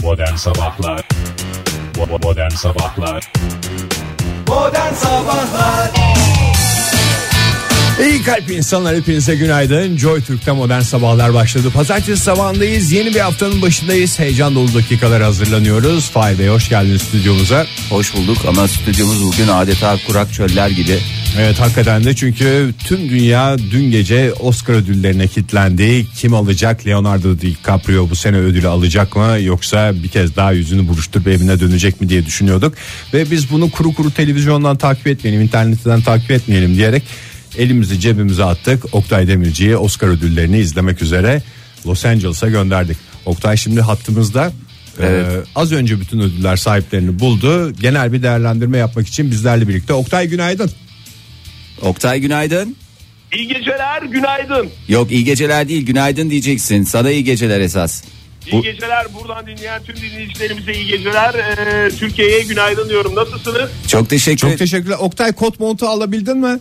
Modern Sabahlar. Modern Sabahlar. Modern Sabahlar. İyi kalp insanlar, hepinize günaydın. Joy Türk'te Modern Sabahlar başladı. Pazartesi sabahındayız. Yeni bir haftanın başındayız. Heyecan dolu dakikalar hazırlanıyoruz. Fahir Bey, hoş geldiniz stüdyomuza. Hoş bulduk ama stüdyomuz bugün adeta kurak çöller gibi. Evet, hakikaten de, çünkü tüm dünya dün gece Oscar ödüllerine kilitlendi. Kim alacak? Leonardo DiCaprio bu sene ödülü alacak mı? Yoksa bir kez daha yüzünü buruşturup evine dönecek mi diye düşünüyorduk. Ve biz bunu kuru kuru televizyondan takip etmeyelim, internetten takip etmeyelim diyerek elimizi cebimize attık. Oktay Demirci'yi Oscar ödüllerini izlemek üzere Los Angeles'a gönderdik. Oktay şimdi hattımızda. Evet. Az önce bütün ödüller sahiplerini buldu. Genel bir değerlendirme yapmak için bizlerle birlikte. Oktay, günaydın. Oktay, günaydın. İyi geceler, günaydın. Yok, iyi geceler değil, günaydın diyeceksin. Sana iyi geceler esas. İyi geceler, buradan dinleyen tüm dinleyicilerimize iyi geceler. Türkiye'ye günaydın diyorum. Nasılsınız? Çok Teşekkürler. Oktay, kot montu alabildin mi?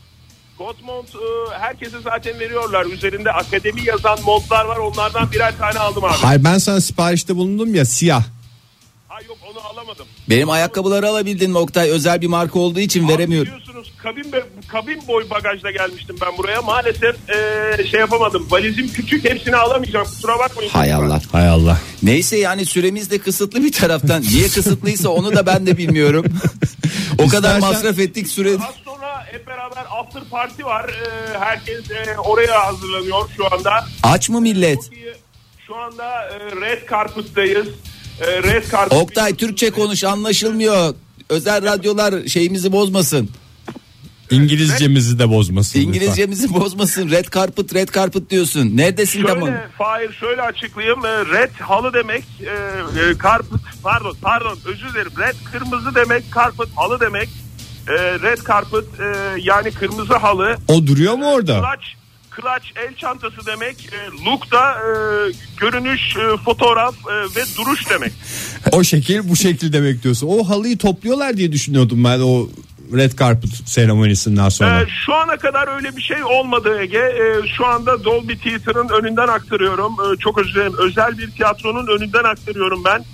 Kot mont herkese zaten veriyorlar. Üzerinde akademi yazan montlar var. Onlardan birer tane aldım abi. Hayır, ben sana siparişte bulundum ya, siyah. Ha yok, onu alamadım. Benim ayakkabıları alabildin mi Oktay? Özel bir marka olduğu için Abi veremiyorum. biliyorsunuz kabin boy bagajla gelmiştim ben buraya. Maalesef şey yapamadım. Valizim küçük, hepsini alamayacağım. Kusura bakmayın. Hay Allah. Hay Allah. Neyse, yani süremiz de kısıtlı bir taraftan. Niye kısıtlıysa onu da ben de bilmiyorum. O kadar masraf ettik süre. Az sonra hep beraber after party var. Herkes oraya hazırlanıyor şu anda. Aç mı millet? Şu anda Red Carpet'tayız. Red Carpet. Oktay, Türkçe konuş, anlaşılmıyor. Özel radyolar şeyimizi bozmasın. İngilizcemizi de bozmasın. İngilizcemizi bozmasın. Red carpet diyorsun. Neredesin tamam? Şöyle Fahir, şöyle açıklayayım. Red halı demek. Carpet, pardon özür dilerim. Red kırmızı demek. Carpet halı demek. Red carpet yani kırmızı halı. O duruyor mu orada? Clutch el çantası demek. Look da görünüş, fotoğraf ve duruş demek. O şekil bu şekil demek diyorsun. O halıyı topluyorlar diye düşünüyordum ben o Red Carpet seremonisinden sonra. Şu ana kadar öyle bir şey olmadı Ege. Şu anda Dolby Theater'ın önünden aktarıyorum. Çok özür dilerim. Özel bir tiyatronun önünden aktarıyorum ben.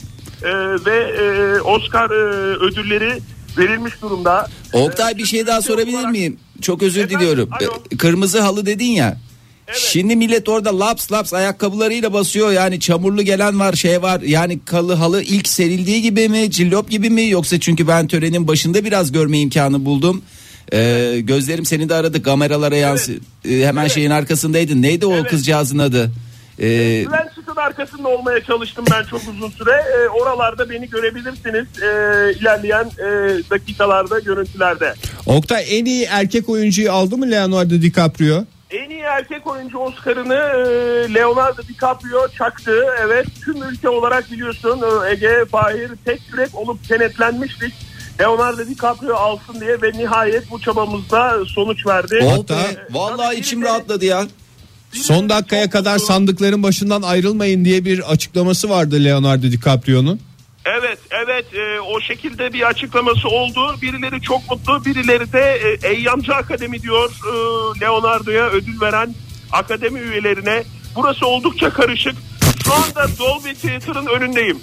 Ve Oscar ödülleri verilmiş durumda. Oktay, bir şey daha sorabilir miyim? Çok özür Efendim, diliyorum. alo. Kırmızı halı dedin ya. Evet. Şimdi millet orada laps ayakkabılarıyla basıyor. Yani çamurlu gelen var, şey var. Yani kalı halı ilk serildiği gibi mi, cillop gibi mi, yoksa çünkü ben törenin başında biraz görme imkanı buldum. Gözlerim seni de aradı, kameralara yansın. Hemen evet. Şeyin arkasındaydın. Neydi o kızcağızın adı? Bülent'in arkasında olmaya çalıştım ben çok uzun süre. Oralarda beni görebilirsiniz ilerleyen dakikalarda, görüntülerde. Oktay, en iyi erkek oyuncuyu aldı mı Leonardo DiCaprio? En iyi erkek oyuncu Oscar'ını Leonardo DiCaprio çaktı. Evet, tüm ülke olarak biliyorsun Ege, Fahir, tek yürek olup kenetlenmiştik. Leonardo DiCaprio alsın diye ve nihayet bu çabamızda sonuç verdi. Vallahi içim rahatladı ya. Son dakikaya kadar sandıkların başından ayrılmayın diye bir açıklaması vardı Leonardo DiCaprio'nun. Evet o şekilde bir açıklaması oldu. Birileri çok mutlu, birileri de Eyyamcı Akademi diyor Leonardo'ya ödül veren akademi üyelerine. Burası oldukça karışık. Şu anda Dolby Theater'ın önündeyim.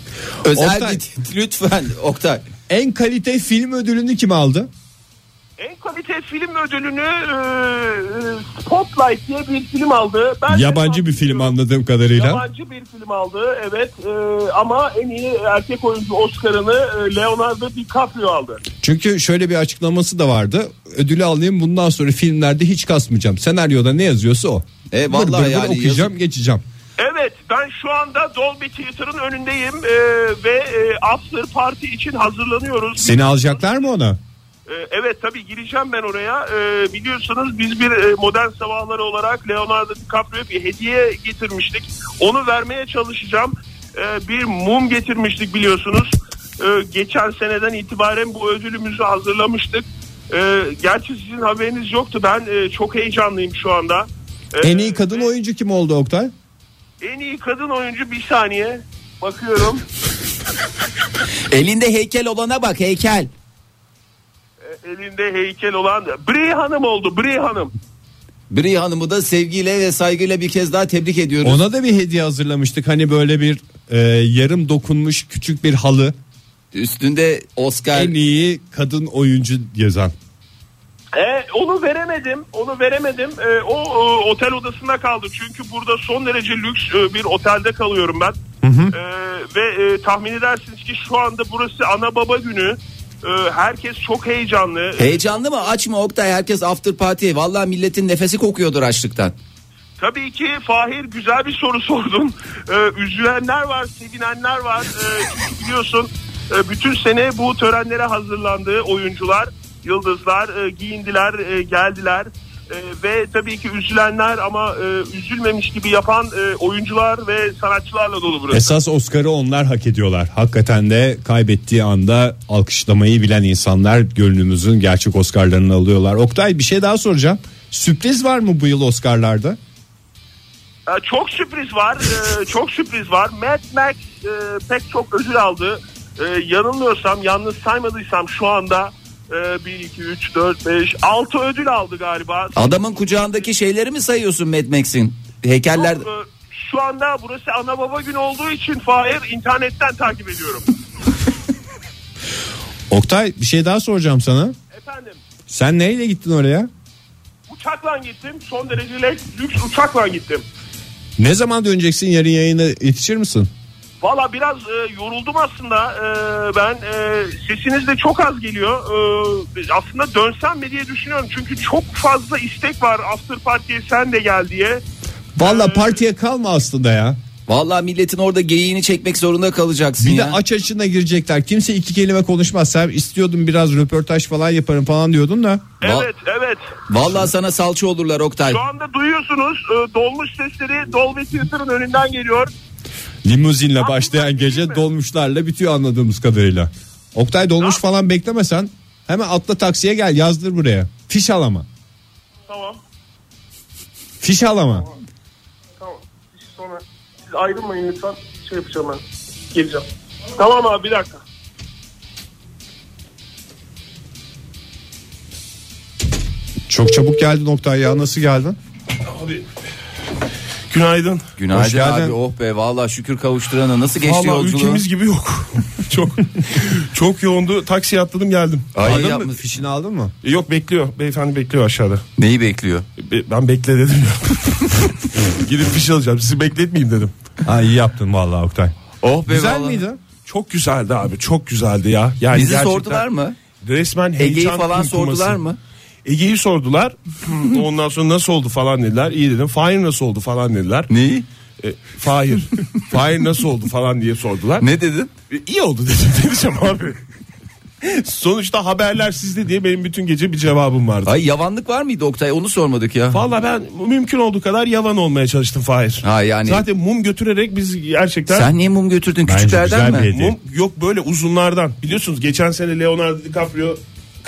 Lütfen Oktay. En kalite film ödülünü kim aldı? En kalite film ödülünü Spotlight diye bir film aldı. Yabancı bir film anladığım kadarıyla. Yabancı bir film aldı, evet. Ama en iyi erkek oyuncu Oscar'ını Leonardo DiCaprio aldı. Çünkü şöyle bir açıklaması da vardı. Ödülü alayım, bundan sonra filmlerde hiç kasmayacağım. Senaryoda ne yazıyorsa o. Vallahi yani okuyacağım, geçeceğim. Evet, ben şu anda Dolby Theater'ın önündeyim ve after party için hazırlanıyoruz. Seni alacaklar mı ona? Evet, tabii gireceğim ben oraya. Biliyorsunuz biz bir modern sabahları olarak Leonardo DiCaprio'ya bir hediye getirmiştik. Onu vermeye çalışacağım. Bir mum getirmiştik biliyorsunuz. Geçen seneden itibaren bu ödülümüzü hazırlamıştık. Gerçi sizin haberiniz yoktu. Ben çok heyecanlıyım şu anda. En iyi kadın oyuncu kim oldu Oktay? En iyi kadın oyuncu, bir saniye bakıyorum. Elinde heykel olana bak, heykel. Elinde heykel olan Brie Hanım oldu. Brie Hanım. Brie Hanım'ı da sevgiyle ve saygıyla bir kez daha tebrik ediyoruz. Ona da bir hediye hazırlamıştık. Hani böyle bir yarım dokunmuş küçük bir halı. Üstünde Oscar. En iyi kadın oyuncu yazan. Onu veremedim. O otel odasında kaldı. Çünkü burada son derece lüks bir otelde kalıyorum ben. Ve tahmin edersiniz ki şu anda burası ana baba günü. Herkes çok heyecanlı. Heyecanlı mı? Aç mı Oktay? Herkes after party. Vallahi milletin nefesi kokuyordur açlıktan. Tabii ki Fahir, güzel bir soru sordun. Üzülenler var, sevinenler var. Çünkü biliyorsun bütün sene bu törenlere hazırlandı oyuncular, yıldızlar, giyindiler, geldiler. Ve tabii ki üzülenler ama üzülmemiş gibi yapan oyuncular ve sanatçılarla dolu burası. Esas Oscar'ı onlar hak ediyorlar. Hakikaten de kaybettiği anda alkışlamayı bilen insanlar gönlümüzün gerçek Oscar'larını alıyorlar. Oktay, bir şey daha soracağım. Sürpriz var mı bu yıl Oscar'larda? Çok sürpriz var. Çok sürpriz var. Mad Max pek çok ödül aldı. Yanılmıyorsam, yalnız saymadıysam şu anda 1, 2, 3, 4, 5, 6 ödül aldı galiba. Adamın kucağındaki şeyleri mi sayıyorsun Mad Max'in? Heykeller. Şu anda burası ana baba günü olduğu için Fahir, internetten takip ediyorum. Oktay, bir şey daha soracağım sana. Efendim? Sen neyle gittin oraya? Uçakla gittim. Son derece lüks uçakla gittim. Ne zaman döneceksin? Yarın yayına yetişir misin? Valla biraz yoruldum aslında. Ben sesiniz de çok az geliyor. Aslında dönsem mi diye düşünüyorum. Çünkü çok fazla istek var. After Party'ye sen de gel diye. Valla partiye kalma aslında ya. Vallahi milletin orada geyiğini çekmek zorunda kalacaksın Bir ya. de aç açına girecekler. Kimse iki kelime konuşmaz. Sen istiyordun biraz röportaj falan yaparım falan diyordun da. Evet. Vallahi sana salça olurlar Oktay. Şu anda duyuyorsunuz. Dolmuş sesleri Dolby Theater'ın önünden geliyor. Limuzinle başlayan gece dolmuşlarla bitiyor anladığımız kadarıyla. Oktay, dolmuş falan beklemesen hemen atla taksiye gel, yazdır buraya. Fiş alama. Tamam. Fiş alama. Tamam. Sonra siz ayrılmayın lütfen. Şey yapacağım ben. Geleceğim. Tamam abi, bir dakika. Çok çabuk geldin Oktay ya, nasıl geldin? Abi günaydın. Günaydın Hoş geldin. abi, oh be, vallahi şükür kavuşturana. Nasıl geçti Vallahi yolculuğun? ülkemiz gibi yok. çok yoğundu. Taksiye atladım geldim. Ay, Aldın yapma. mı? Fişini aldın mı? Yok, bekliyor. Beyefendi bekliyor aşağıda. Neyi bekliyor? Ben bekle dedim ya. Gidip fiş alacağım. Sizi bekletmeyeyim dedim. Ha, iyi yaptın vallahi Oktay. Oh be, Güzel vallahi. miydi? Çok güzeldi abi. Çok güzeldi ya. Yani Bizi gerçekten sordular mı? Resmen heyecan Ege'yi falan kumkuması. sordular mı? Ege'yi sordular. Ondan sonra nasıl oldu falan dediler. İyi dedim. Fahir nasıl oldu falan dediler. Neyi? Fahir nasıl oldu falan diye sordular. Ne dedin? İyi oldu dedim. Diyeceğim abi. Sonuçta haberler sizde diye benim bütün gece bir cevabım vardı. Ay, yavanlık var mıydı Oktay? Onu sormadık ya. Vallahi ben mümkün olduğu kadar yavan olmaya çalıştım Fahir. Ha, yani. Zaten mum götürerek biz gerçekten... Sen niye mum götürdün? Bence Küçüklerden güzel bir mi? hediye. Mum yok, böyle uzunlardan. Biliyorsunuz geçen sene Leonardo DiCaprio...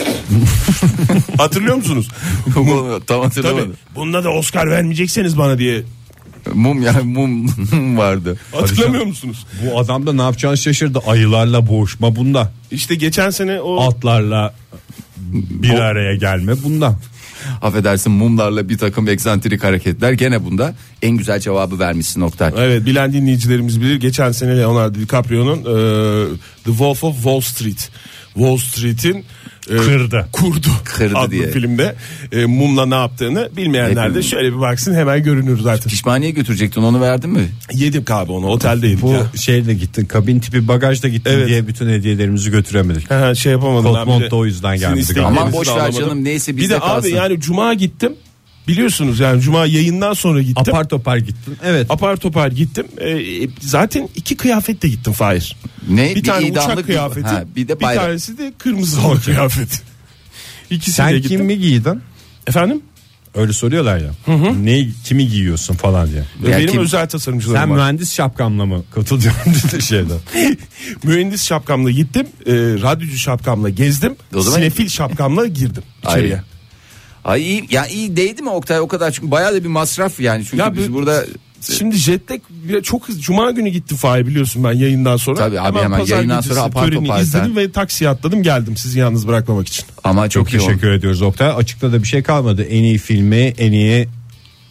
Hatırlıyor musunuz? Tam hatırlamadım. Tabii. Bunda da Oscar vermeyecekseniz bana diye. Mum, yani mum vardı. Hatırlamıyor musunuz? Bu adam da ne yapacağını şaşırdı. Ayılarla boğuşma bunda. İşte geçen sene o... Atlarla bir araya gelme bunda. Affedersin, mumlarla bir takım eksantrik hareketler, gene bunda en güzel cevabı vermişsin Oktay. Evet, bilen dinleyicilerimiz bilir. Geçen sene Leonardo DiCaprio'nun The Wolf of Wall Street. Wall Street'in kurdu adlı diye. filmde mumla ne yaptığını bilmeyenler de şöyle bir baksın, hemen görünür zaten. Pişmaniye götürecektin, onu verdin mi? Yedik abi onu, otelde yedik Bu ya. şeyle gittin, kabin tipi bagajda gittin Evet. diye bütün hediyelerimizi götüremedik. Şey yapamadım. Kot mont da o yüzden gelmedi. Aman boş ver canım, neyse Bir bizde de kalsın. abi yani cuma gittim. Biliyorsunuz yani cuma yayından sonra gittim. Apar topar gittin. Evet. Apar topar gittim. Zaten 2 kıyafetle gittim Fahir. Ne? Bir tane idamlık uçak kıyafeti. bir de bayrak. tanesi de kırmızı hava kıyafeti. İkisiyle Sen gittim. kimi giydin? Efendim? Öyle soruyorlar ya. Kimi giyiyorsun falan diye. Benim kim? özel tasarımcılarım Sen var. mühendis şapkamla mı katıldın şeyden? Mühendis şapkamla gittim. Radyocu şapkamla gezdim. O zaman- Sinefil şapkamla girdim içeriye. Ay iyi, ya iyi değdi mi Oktay o kadar, çünkü bayağı da bir masraf yani, çünkü Ya biz bu- burada Şimdi jetlag çok hızlı. Cuma günü gittim Fahir, biliyorsun ben yayından sonra. Tabii abi, hemen pazar yayından gecesi sonra apar töreni topar izledim sen. ve taksiye atladım geldim sizi yalnız bırakmamak için. ama çok iyi oldu. Teşekkür ediyoruz Oktay. Açıkta da bir şey kalmadı. En iyi filmi, en iyi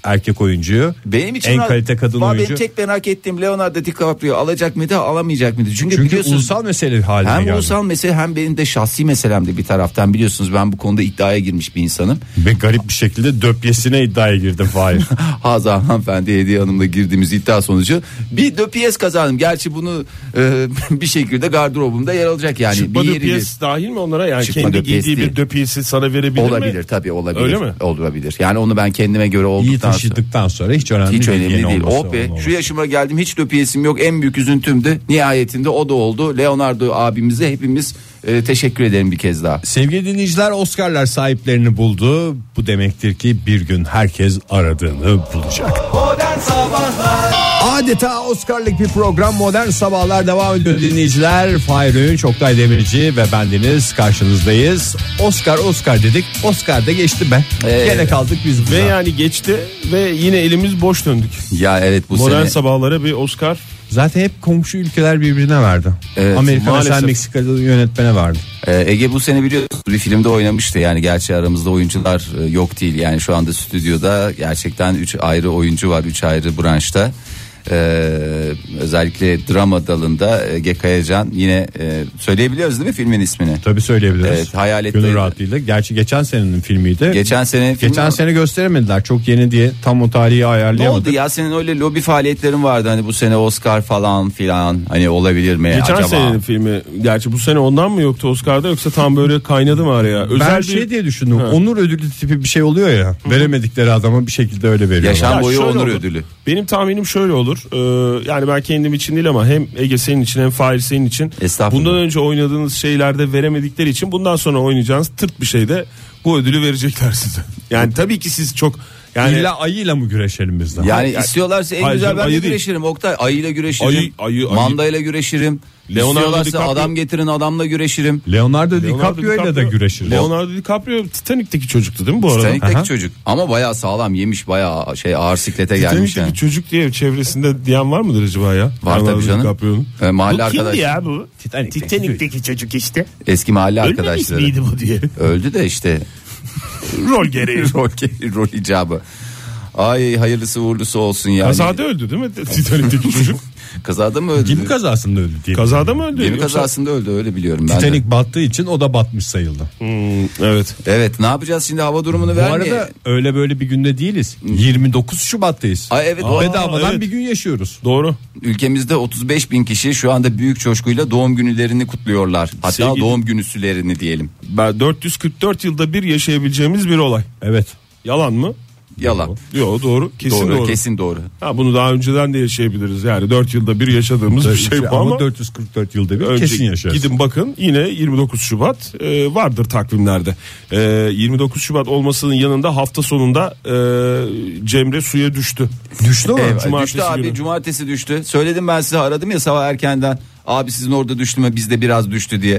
erkek oyuncuyu. Benim için en kalite kadın oyuncu. Benim tek merak ettiğim Leonardo DiCaprio alacak mıydı, alamayacak mıydı? Çünkü biliyorsunuz ulusal mesele haline geldi. Hem ulusal mesele hem benim de şahsi meselemdi bir taraftan. Biliyorsunuz ben bu konuda iddiaya girmiş bir insanım. Ve garip bir şekilde döpyesine iddiaya girdim Fahir. Hazar hanımefendi, Hediye Hanım'la girdiğimiz iddia sonucu bir döpiyes kazandım. Gerçi bunu bir şekilde gardırobumda yer alacak yani. Çıkma bir döpiyes dahil mi onlara? Yani Çıkma kendi döpiyes giydiği değil. bir döpiyesi sana verebilir mi? olabilir tabii, olabilir. Öyle mi? Olabilir. Yani onu ben kendime göre İyi olduktan sonra. taşıdıktan sonra hiç önemli Hiç önemli yeni değil. olması, Oh be, olmaması. şu yaşıma geldim, hiç döpiyesim yok. En büyük üzüntümdü. Nihayetinde o da oldu. Leonardo abimize hepimiz teşekkür ederim bir kez daha. Sevgili dinleyiciler, Oscar'lar sahiplerini buldu. Bu demektir ki bir gün herkes aradığını bulacak. Modern Sabahlar. Adeta Oscar'lık bir program Modern Sabahlar devam ediyor dinleyiciler. Fahir Öğünç, Oktay Demirci ve bendeniz karşınızdayız. Oscar dedik. Oscar da geçti be. Gene kaldık biz. Ve yani geçti ve yine elimiz boş döndük. Ya evet, bu Modern sene sabahlara bir Oscar. Zaten hep komşu ülkeler birbirine verdi. Evet, Amerika mesela maalesef. Meksikalı yönetmene verdi. Ege bu sene biliyorsunuz bir filmde oynamıştı. Yani gerçi aramızda oyuncular yok değil. Yani şu anda stüdyoda gerçekten 3 ayrı oyuncu var, 3 ayrı branşta. Özellikle drama dalında Ege Kayacan yine söyleyebiliyoruz değil mi filmin ismini? Tabii söyleyebiliriz. Evet, Hayalet Gönül Dayı. rahatlığıyla. Gerçi geçen senenin filmiydi. Geçen sene gösteremediler. Çok yeni diye tam o tarihi ne ayarlayamadık. oldu ya, senin öyle lobi faaliyetlerin vardı hani bu sene Oscar falan filan, hani olabilir mi Geçen acaba? senenin filmi. Gerçi bu sene ondan mı yoktu Oscar'da, yoksa tam böyle kaynadı mı araya? Ben diye düşündüm. Onur ödülü tipi bir şey oluyor ya. Veremedikleri adama bir şekilde öyle veriyorlar. Yaşam boyu şöyle onur olur. ödülü. Benim tahminim şöyle olur. Yani ben kendim için değil ama hem Ege senin için hem Fahir senin için. Estağfurullah. Bundan önce oynadığınız şeylerde veremedikleri için bundan sonra oynayacağınız tırt bir şeyde bu ödülü verecekler size. Yani tabii ki siz çok yani İlla ayıyla mı güreşelim biz de? Yani istiyorlarsa en Hayır güzel canım, ben de ayı değil. güreşirim Oktay. Ayıyla güreşirim. Ayı. Mandayla güreşirim. Leonardo İstiyorlarsa DiCaprio- adam getirin, adamla güreşirim. Leonardo DiCaprio ile de güreşir. Leonardo DiCaprio Titanic'teki çocuktu değil mi bu arada? Titanic'teki Aha. çocuk. Ama bayağı sağlam yemiş, bayağı ağır siklete gelmiş Titanic'teki yani. çocuk diye çevresinde diyen var mıdır acaba ya? Var Leonardo tabii canım. DiCaprio'nun. Mahalle Bu kimdi arkadaş. ya bu? Titanic'teki Titanic'teki çocuk işte. Eski mahalle Ölmemiş arkadaşları. miydi bu diye. Öldü de işte. Rol gereği. rol icabı. Ay hayırlısı uğurlusu olsun yani. Kazada öldü değil mi Titanic'teki çocuk? Kazada mı öldü? Gemi kazasında öldü diye. Kazada mı öldü? Gemi Yoksa- kazasında öldü, öyle biliyorum ben de. Titanic battığı için o da batmış sayıldı. Evet. Evet, ne yapacağız şimdi, hava durumunu Bu vermeye? arada öyle böyle bir günde değiliz. 29 Şubat'tayız. Ay evet, Bedavadan evet. bir gün yaşıyoruz. Doğru. ülkemizde 35 bin kişi şu anda büyük coşkuyla doğum günlerini kutluyorlar. Hatta Sevgili- doğum günüsülerini diyelim. Ben 444 yılda bir yaşayabileceğimiz bir olay. Evet. Yalan mı? Yalan. Yok doğru. Kesin doğru. Kesin doğru. Ha, bunu daha önceden de yaşayabiliriz. Yani 4 yılda bir yaşadığımız bir şey bu ama 444 yılda bir önce kesin yaşarız. gidin bakın, yine 29 Şubat vardır takvimlerde. 29 Şubat olmasının yanında hafta sonunda Cemre suya düştü. Düştü mü? Evet, Cumartesi düştü abi, günü. cumartesi düştü. Söyledim ben size, aradım ya sabah erkenden. Abi sizin orada düştü mü, bizde biraz düştü diye.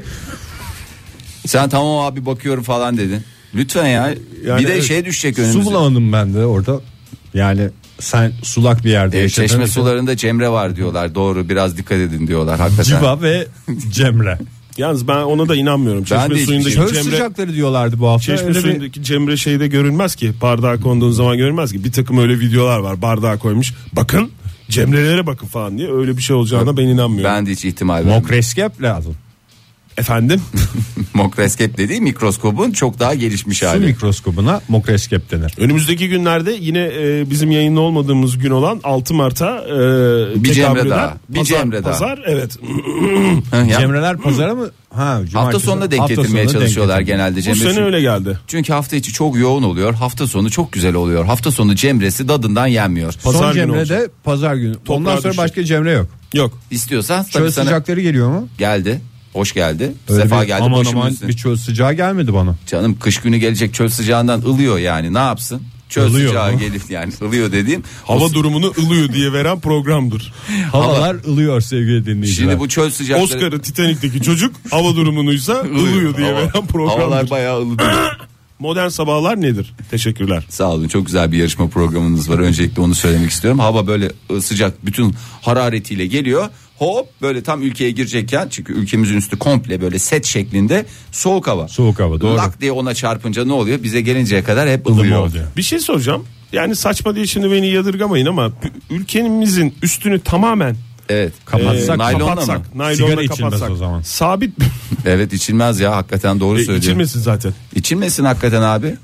Sen tamam abi bakıyorum falan dedin. Lütfen ya. Yani bir de evet. şey düşecek Su önümüze. bulamadım ben de orada. Yani sen sulak bir yerde yaşadığın Çeşme için sularında Cemre var diyorlar. Doğru, biraz dikkat edin diyorlar hakikaten. Civa ve Cemre. Yalnız ben ona da inanmıyorum. Ben Çeşme de suyundaki Çöl Cemre, sıcakları diyorlardı bu hafta. Çeşme Öyle bir- suyundaki Cemre şeyde görünmez ki. Bardağa konduğun zaman görünmez ki. Bir takım öyle videolar var. Bardağa koymuş. Bakın Cemre'lere bakın falan diye. Öyle bir şey olacağına ben inanmıyorum. Ben de hiç ihtimal vermiyorum. Mokreskep lazım. Efendim? Mokreskep dediği mikroskobun çok daha gelişmiş Su hali. mikroskobuna mokreskep denir. Önümüzdeki günlerde yine bizim yayında olmadığımız gün olan 6 Mart'a Bir Cemre tekabül eden daha. Bir Cemre daha. Pazar, evet. Ha, ya, Cemreler pazara mı? hafta sonuna denk getirmeye çalışıyorlar genelde Bu Cemre. sene Çünkü- öyle geldi. Çünkü hafta içi çok yoğun oluyor. Hafta sonu çok güzel oluyor. Hafta sonu Cemresi dadından yenmiyor. Pazar Son günü Cemre olacak. de pazar günü. Ondan sonra düşecek. başka Cemre yok. Yok. İstiyorsan Çöl tabii sana sıcakları geliyor mu? geldi. Hoş geldi. Öyle Sefa bir geldi. aman Başımın aman üstüne. bir çöl sıcağı gelmedi bana. Canım kış günü gelecek, çöl sıcağından ılıyor yani. Ne yapsın? Çöl Ilıyor sıcağı mu? gelip yani ılıyor dediğim. Hava durumunu ılıyor diye veren programdır. Havalar ılıyor sevgili dinleyiciler. Şimdi bu çöl sıcakları. Oscar'ı Titanic'teki çocuk hava durumunuysa ılıyor diye veren Havalar programdır. bayağı ılıyor. Modern sabahlar nedir? Teşekkürler. Sağ olun, çok güzel bir yarışma programınız var. Öncelikle onu söylemek istiyorum. Hava böyle sıcak, bütün hararetiyle geliyor. Hop böyle tam ülkeye girecekken, çünkü ülkemizin üstü komple böyle set şeklinde soğuk hava. Soğuk hava, doğru. Lak diye ona çarpınca ne oluyor? Bize gelinceye kadar hep Ilımı ılıyor. oluyor. Bir şey soracağım. yani saçma diye şimdi beni yadırgamayın ama ülkemizin üstünü tamamen Evet. Kapatsak, Naylonla mı? sigara Naylonla içilmez kapatsak. o zaman. Sabit Evet, içilmez ya, hakikaten doğru söylüyorsun. içilmesin zaten. İçilmesin hakikaten abi.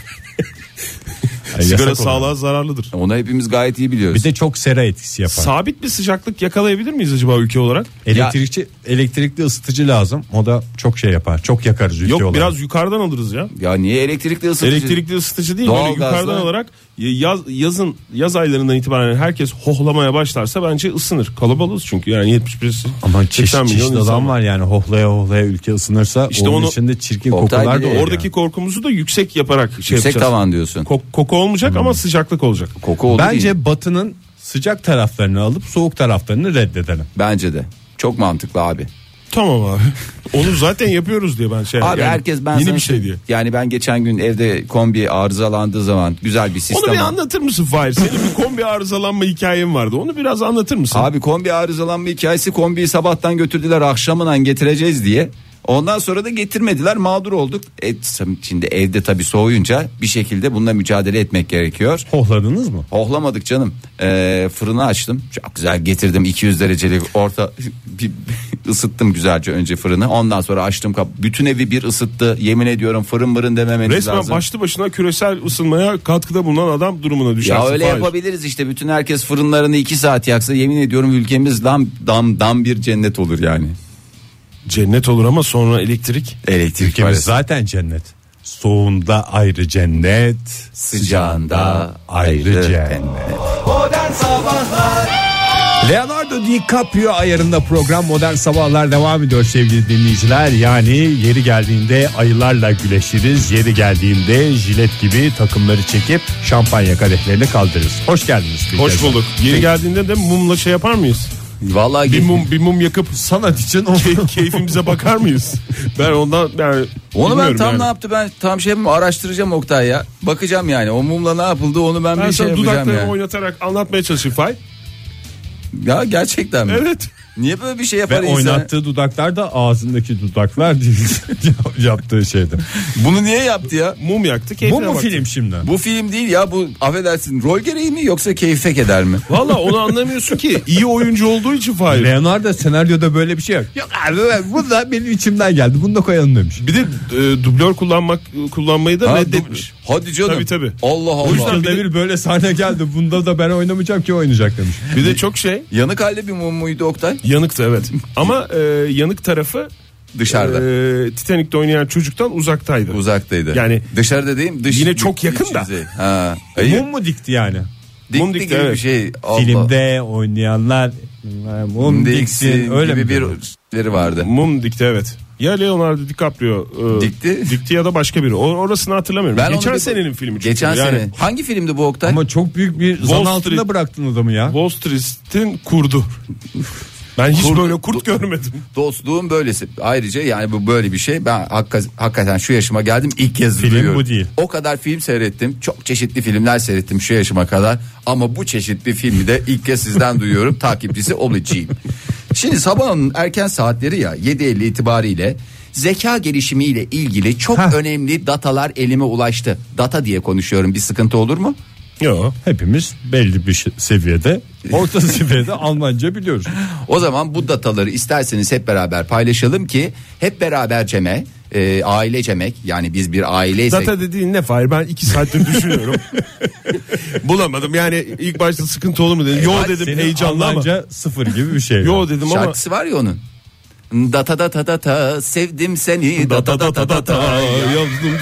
Sigara yasak sağlığa zararlıdır. Onu hepimiz gayet iyi biliyoruz. Bir de çok sera etkisi yapar. Sabit bir sıcaklık yakalayabilir miyiz acaba ülke olarak? Elektrikli ısıtıcı lazım. O da çok şey yapar. Çok yakarız ülke Yok olarak. biraz yukarıdan alırız ya. Ya niye elektrikli ısıtıcı? Elektrikli ısıtıcı değil, Doğal böyle yukarıdan gazla. alarak yaz aylarından itibaren herkes hohlamaya başlarsa bence ısınır. Kalabalığız çünkü yani 75 Ama 80 çeşit milyon insan adam var yani hohlaya hohlaya ülke ısınırsa İşte onun onu- içinde çirkin Oktay kokular da bile- olur. Oradaki korkumuzu da yüksek yaparak Yüksek yapacağız. tavan diyorsun. Koku olmayacak ama sıcaklık olacak. Koku oldu değil. Bence Batı'nın sıcak taraflarını alıp soğuk taraflarını reddedelim. Bence de. Çok mantıklı abi. Tamam abi. Onu zaten yapıyoruz diye ben Abi herkes ben yeni sana bir şey diye. Yani ben geçen gün evde kombi arızalandığı zaman güzel bir sistem. Onu bir anlatır mısın Fahir? Senin bir kombi arızalanma hikayen vardı. Onu biraz anlatır mısın? Abi kombi arızalanma hikayesi, kombiyi sabahtan götürdüler akşamından getireceğiz diye. Ondan sonra da getirmediler, mağdur olduk. Şimdi evde tabii soğuyunca bir şekilde bununla mücadele etmek gerekiyor. Hohladınız mı? Hohlamadık canım. Fırını açtım. Çok güzel getirdim 200 derecelik orta bir ısıttım güzelce önce fırını. Ondan sonra açtım bütün evi bir ısıttı. Yemin ediyorum fırın dememeniz Resmen lazım. başlı başına küresel ısınmaya katkıda bulunan adam durumuna düşersin. Ya öyle Fahir. yapabiliriz işte. Bütün herkes fırınlarını 2 saat yaksa yemin ediyorum ülkemiz dam bir cennet olur yani. Cennet olur ama sonra elektrik. Elektrik Ülkemiz parası. zaten cennet. Soğuğunda ayrı cennet, Sıcağında ayrı cennet. Modern Sabahlar Leonardo DiCaprio ayarında program Modern Sabahlar devam ediyor sevgili dinleyiciler. Yani yeri geldiğinde ayılarla güleşiriz. Yeri geldiğinde jilet gibi takımları çekip şampanya kadehlerini kaldırırız. Hoş geldiniz. bir Hoş kez. bulduk. Yeri geldiğinde de mumla şey yapar mıyız? Vallahi Bir mum yakıp Sanat için keyfimize bakar mıyız? Ben ondan yani onu ben bilmiyorum tam yani. ne yaptı, ben tam şey yapayım, araştıracağım Oktay ya. Bakacağım yani o mumla ne yapıldı, onu ben Ben bir şey sana yapacağım dudaklarımı ya. oynatarak anlatmaya çalışayım Fay. Ya gerçekten mi? Evet. Niye böyle bir şey ve yapar insan? oynattığı dudaklar da ağzındaki dudaklar değil. Yaptığı şeydi. Bunu niye yaptı ya? Mum yaktı, Bu keyfine mu baktı. film şimdi? Bu film değil ya, bu affedersin rol gereği mi yoksa keyfe keder mi? Valla onu anlamıyorsun ki. İyi oyuncu olduğu için Fahir. Leonardo senaryoda böyle bir şey yok. Yok abi bu da benim içimden geldi. Bunu da koyalım demiş. Bir de dublör kullanmayı da Ha, reddetmiş. Hadi canım. Tabii. Allah O yüzden Allah. bir böyle sahne geldi. Bunda da ben oynamayacağım ki oynayacak demiş. Bir de çok şey Yanık halde bir mum muydu Oktay? yanıktı evet. Ama yanık tarafı Dışarıda. Titanic'te oynayan çocuktan uzaktaydı. Uzaktaydı. Yani dışarıda değil mi? yine çok yakın da. Ha. Hayır. Mum mu dikti yani? mum Dikti dikti, gibi bir evet. şey. Allah. Filmde oynayanlar mum diksin öyle gibi mi? bir diyor? şeyleri vardı. Mum dikti evet. Ya Leonardo DiCaprio Dikti. ya da başka biri. Orasını hatırlamıyorum. Ben Geçen onu senenin filmi çünkü. Geçen yani sene. Hangi filmdi bu Oktay? Ama çok büyük bir Wall zan Street. altında bıraktın adamı ya. Wall Street'in kurdu. Ben hiç Kurdu. böyle kurt görmedim. Dostluğun böylesi. Ayrıca yani bu böyle bir şey. Ben hakikaten şu yaşıma geldim ilk kez Film duyuyorum. bu değil. O kadar film seyrettim. Çok çeşitli filmler seyrettim şu yaşıma kadar. Ama bu çeşitli filmi de ilk kez sizden duyuyorum. Takipçisi olacağım. Şimdi sabahın erken saatleri ya 7:50 itibariyle zeka gelişimiyle ilgili çok önemli datalar elime ulaştı. Data diye konuşuyorum, bir sıkıntı olur mu? Yok. Hepimiz belli bir seviyede, orta seviyede Almanca biliyoruz. O zaman bu dataları isterseniz hep beraber paylaşalım ki hep beraberceme ailecemek, yani biz bir aileysek. Data dediğin ne Fahir? Ben 2 saattir düşünüyorum. Bulamadım yani ilk başta sıkıntı olur mu dedim. Yo dedim Senin heyecanlı ama. Almanca sıfır gibi bir şey. Yo dedim ama. Şarkısı var ya onun. Data data data sevdim seni data data data. Yazdım.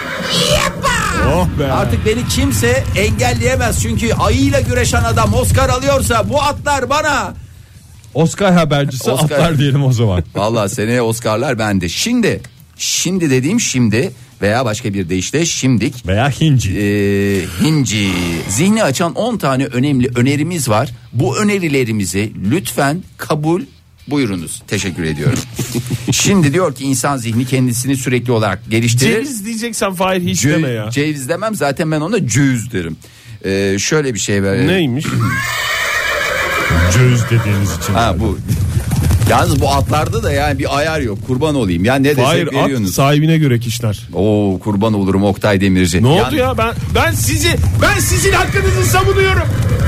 Oh be. Artık beni kimse engelleyemez çünkü ayıyla güreşen adam Oscar alıyorsa bu atlar bana. Oscar habercisi Oscar. atlar diyelim o zaman. Vallahi seneye Oscar'lar bende. Şimdi dediğim şimdi veya başka bir deyişle şimdik. Veya hinci. Hinci. Zihni açan 10 tane önemli önerimiz var. Bu önerilerimizi lütfen kabul buyurunuz. Teşekkür ediyorum. Şimdi diyor ki insan zihni kendisini sürekli olarak geliştirir. Ceviz diyeceksen Fahir hiç deme ya. Ceviz demem, zaten ben ona cüz derim. Şöyle bir şey var. Neymiş? Cöz dediğiniz için. Ha bu. Yalnız bu atlarda da yani bir ayar yok. Kurban olayım. Ya ne Hayır, desek at veriyorsunuz. sahibine göre kişiler. Oo, kurban olurum Oktay Demirci. Ne oldu ya? Ben sizin hakkınızı savunuyorum.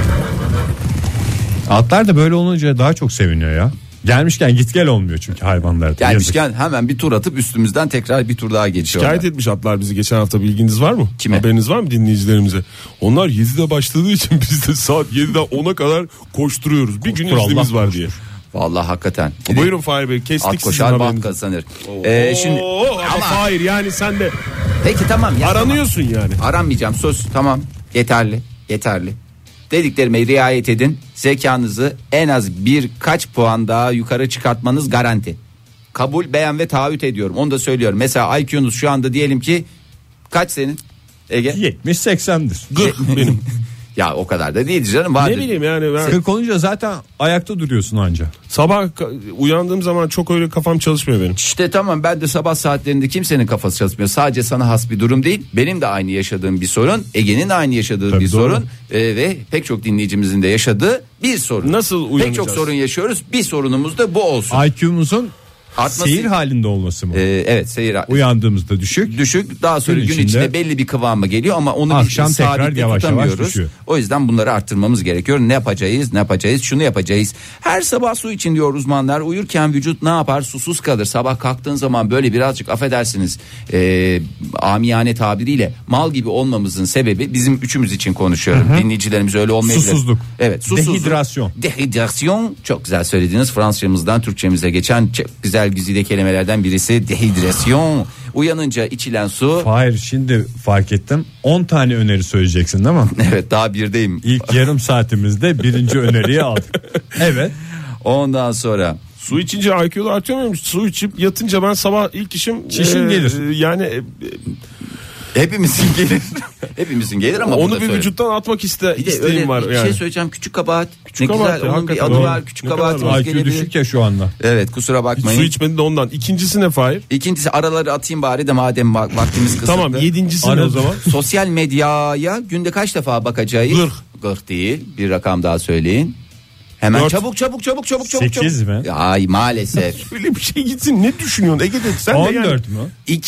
Atlar da böyle olunca daha çok seviniyor ya. Gelmişken git gel olmuyor çünkü hayvanlarda. Gelmişken hemen bir tur atıp üstümüzden tekrar bir tur daha geçiyorlar. Şikayet etmiş atlar bizi geçen hafta, bilginiz var mı? Kime? Haberiniz var mı dinleyicilerimize? Onlar 7'de başladığı için biz de saat 7'den 10'a kadar koşturuyoruz. Bir gün iznimiz var diye. Vallahi hakikaten. Buyurun Fahir Bey, kestik At sizin koşar bat haberinizi. kazanır. Şimdi Ama Fahir, yani sen de peki tamam ya. aranıyorsun yani. Aranmayacağım, söz, tamam, yeterli. Dediklerime riayet edin. Zekanızı en az birkaç puan daha yukarı çıkartmanız garanti. Kabul, beğen ve taahhüt ediyorum. Onu da söylüyorum. Mesela IQ'nuz şu anda diyelim ki kaç senin Ege? 70-80'dir. 40 benim. Ya o kadar da değil canım. Vardır. Ne bileyim yani ben 40 olunca zaten ayakta duruyorsun anca. sabah uyandığım zaman çok öyle kafam çalışmıyor benim. İşte tamam, ben de sabah saatlerinde kimsenin kafası çalışmıyor. Sadece sana has bir durum değil. Benim de aynı yaşadığım bir sorun. Ege'nin de aynı yaşadığı Tabii bir doğru. sorun. Ve pek çok dinleyicimizin de yaşadığı bir sorun. Nasıl Pek uyanacağız? çok sorun yaşıyoruz. Bir sorunumuz da bu olsun. IQ'muzun Artması- seyir halinde olması mı? Evet, seyir Uyandığımızda düşük. daha sonra Gün gün içinde içinde belli bir kıvama geliyor ama onu akşam bir tekrar sabitte yavaş yavaş tutamıyoruz. düşüyor. O yüzden bunları arttırmamız gerekiyor. Ne yapacağız? Şunu yapacağız. Her sabah su için diyor uzmanlar. Uyurken vücut ne yapar? Susuz kalır. Sabah kalktığın zaman böyle birazcık, affedersiniz, amiyane tabiriyle mal gibi olmamızın sebebi, bizim üçümüz için konuşuyorum. Dinleyicilerimiz öyle olmayabilir. Susuzluk. Evet, susuzluk. Dehidrasyon. Çok güzel söylediniz. Fransızcamızdan Türkçemize geçen çok güzel güzide kelimelerden birisi dehidrasyon. Uyanınca içilen su. Hayır, şimdi fark ettim. 10 tane öneri söyleyeceksin değil mi? Evet, daha birdeyim. İlk yarım saatimizde birinci öneriyi aldık. Evet. Ondan sonra Su içince IQ'lu artıyor muymuş? Su içip yatınca ben sabah ilk işim Çişin gelir. Yani hepimizin gelir. Hepimizin gelir ama onu burada bir söyle. vücuttan atmak Bir de öyle isteğim var bir yani. şey söyleyeceğim, küçük kabahat. Ne kabahat güzel, ya, onun bir hakikaten adı doğru. var, küçük Ne kadar kabahatimiz IQ gelebilir. düşük ya şu anda. Evet, kusura Hiç bakmayın. su içmedi de ondan. İkincisi ne Fahir? İkincisi, araları atayım bari de madem vaktimiz kısıtlı. Tamam, yedincisi ne o zaman? Sosyal medyaya günde kaç defa bakacağız? 40 değil, bir rakam daha söyleyin. Hemen 4. çabuk. 8 mi? Ay maalesef. Öyle bir şey gitsin, ne düşünüyorsun Ege dedi. Sen de 14 yani. mü?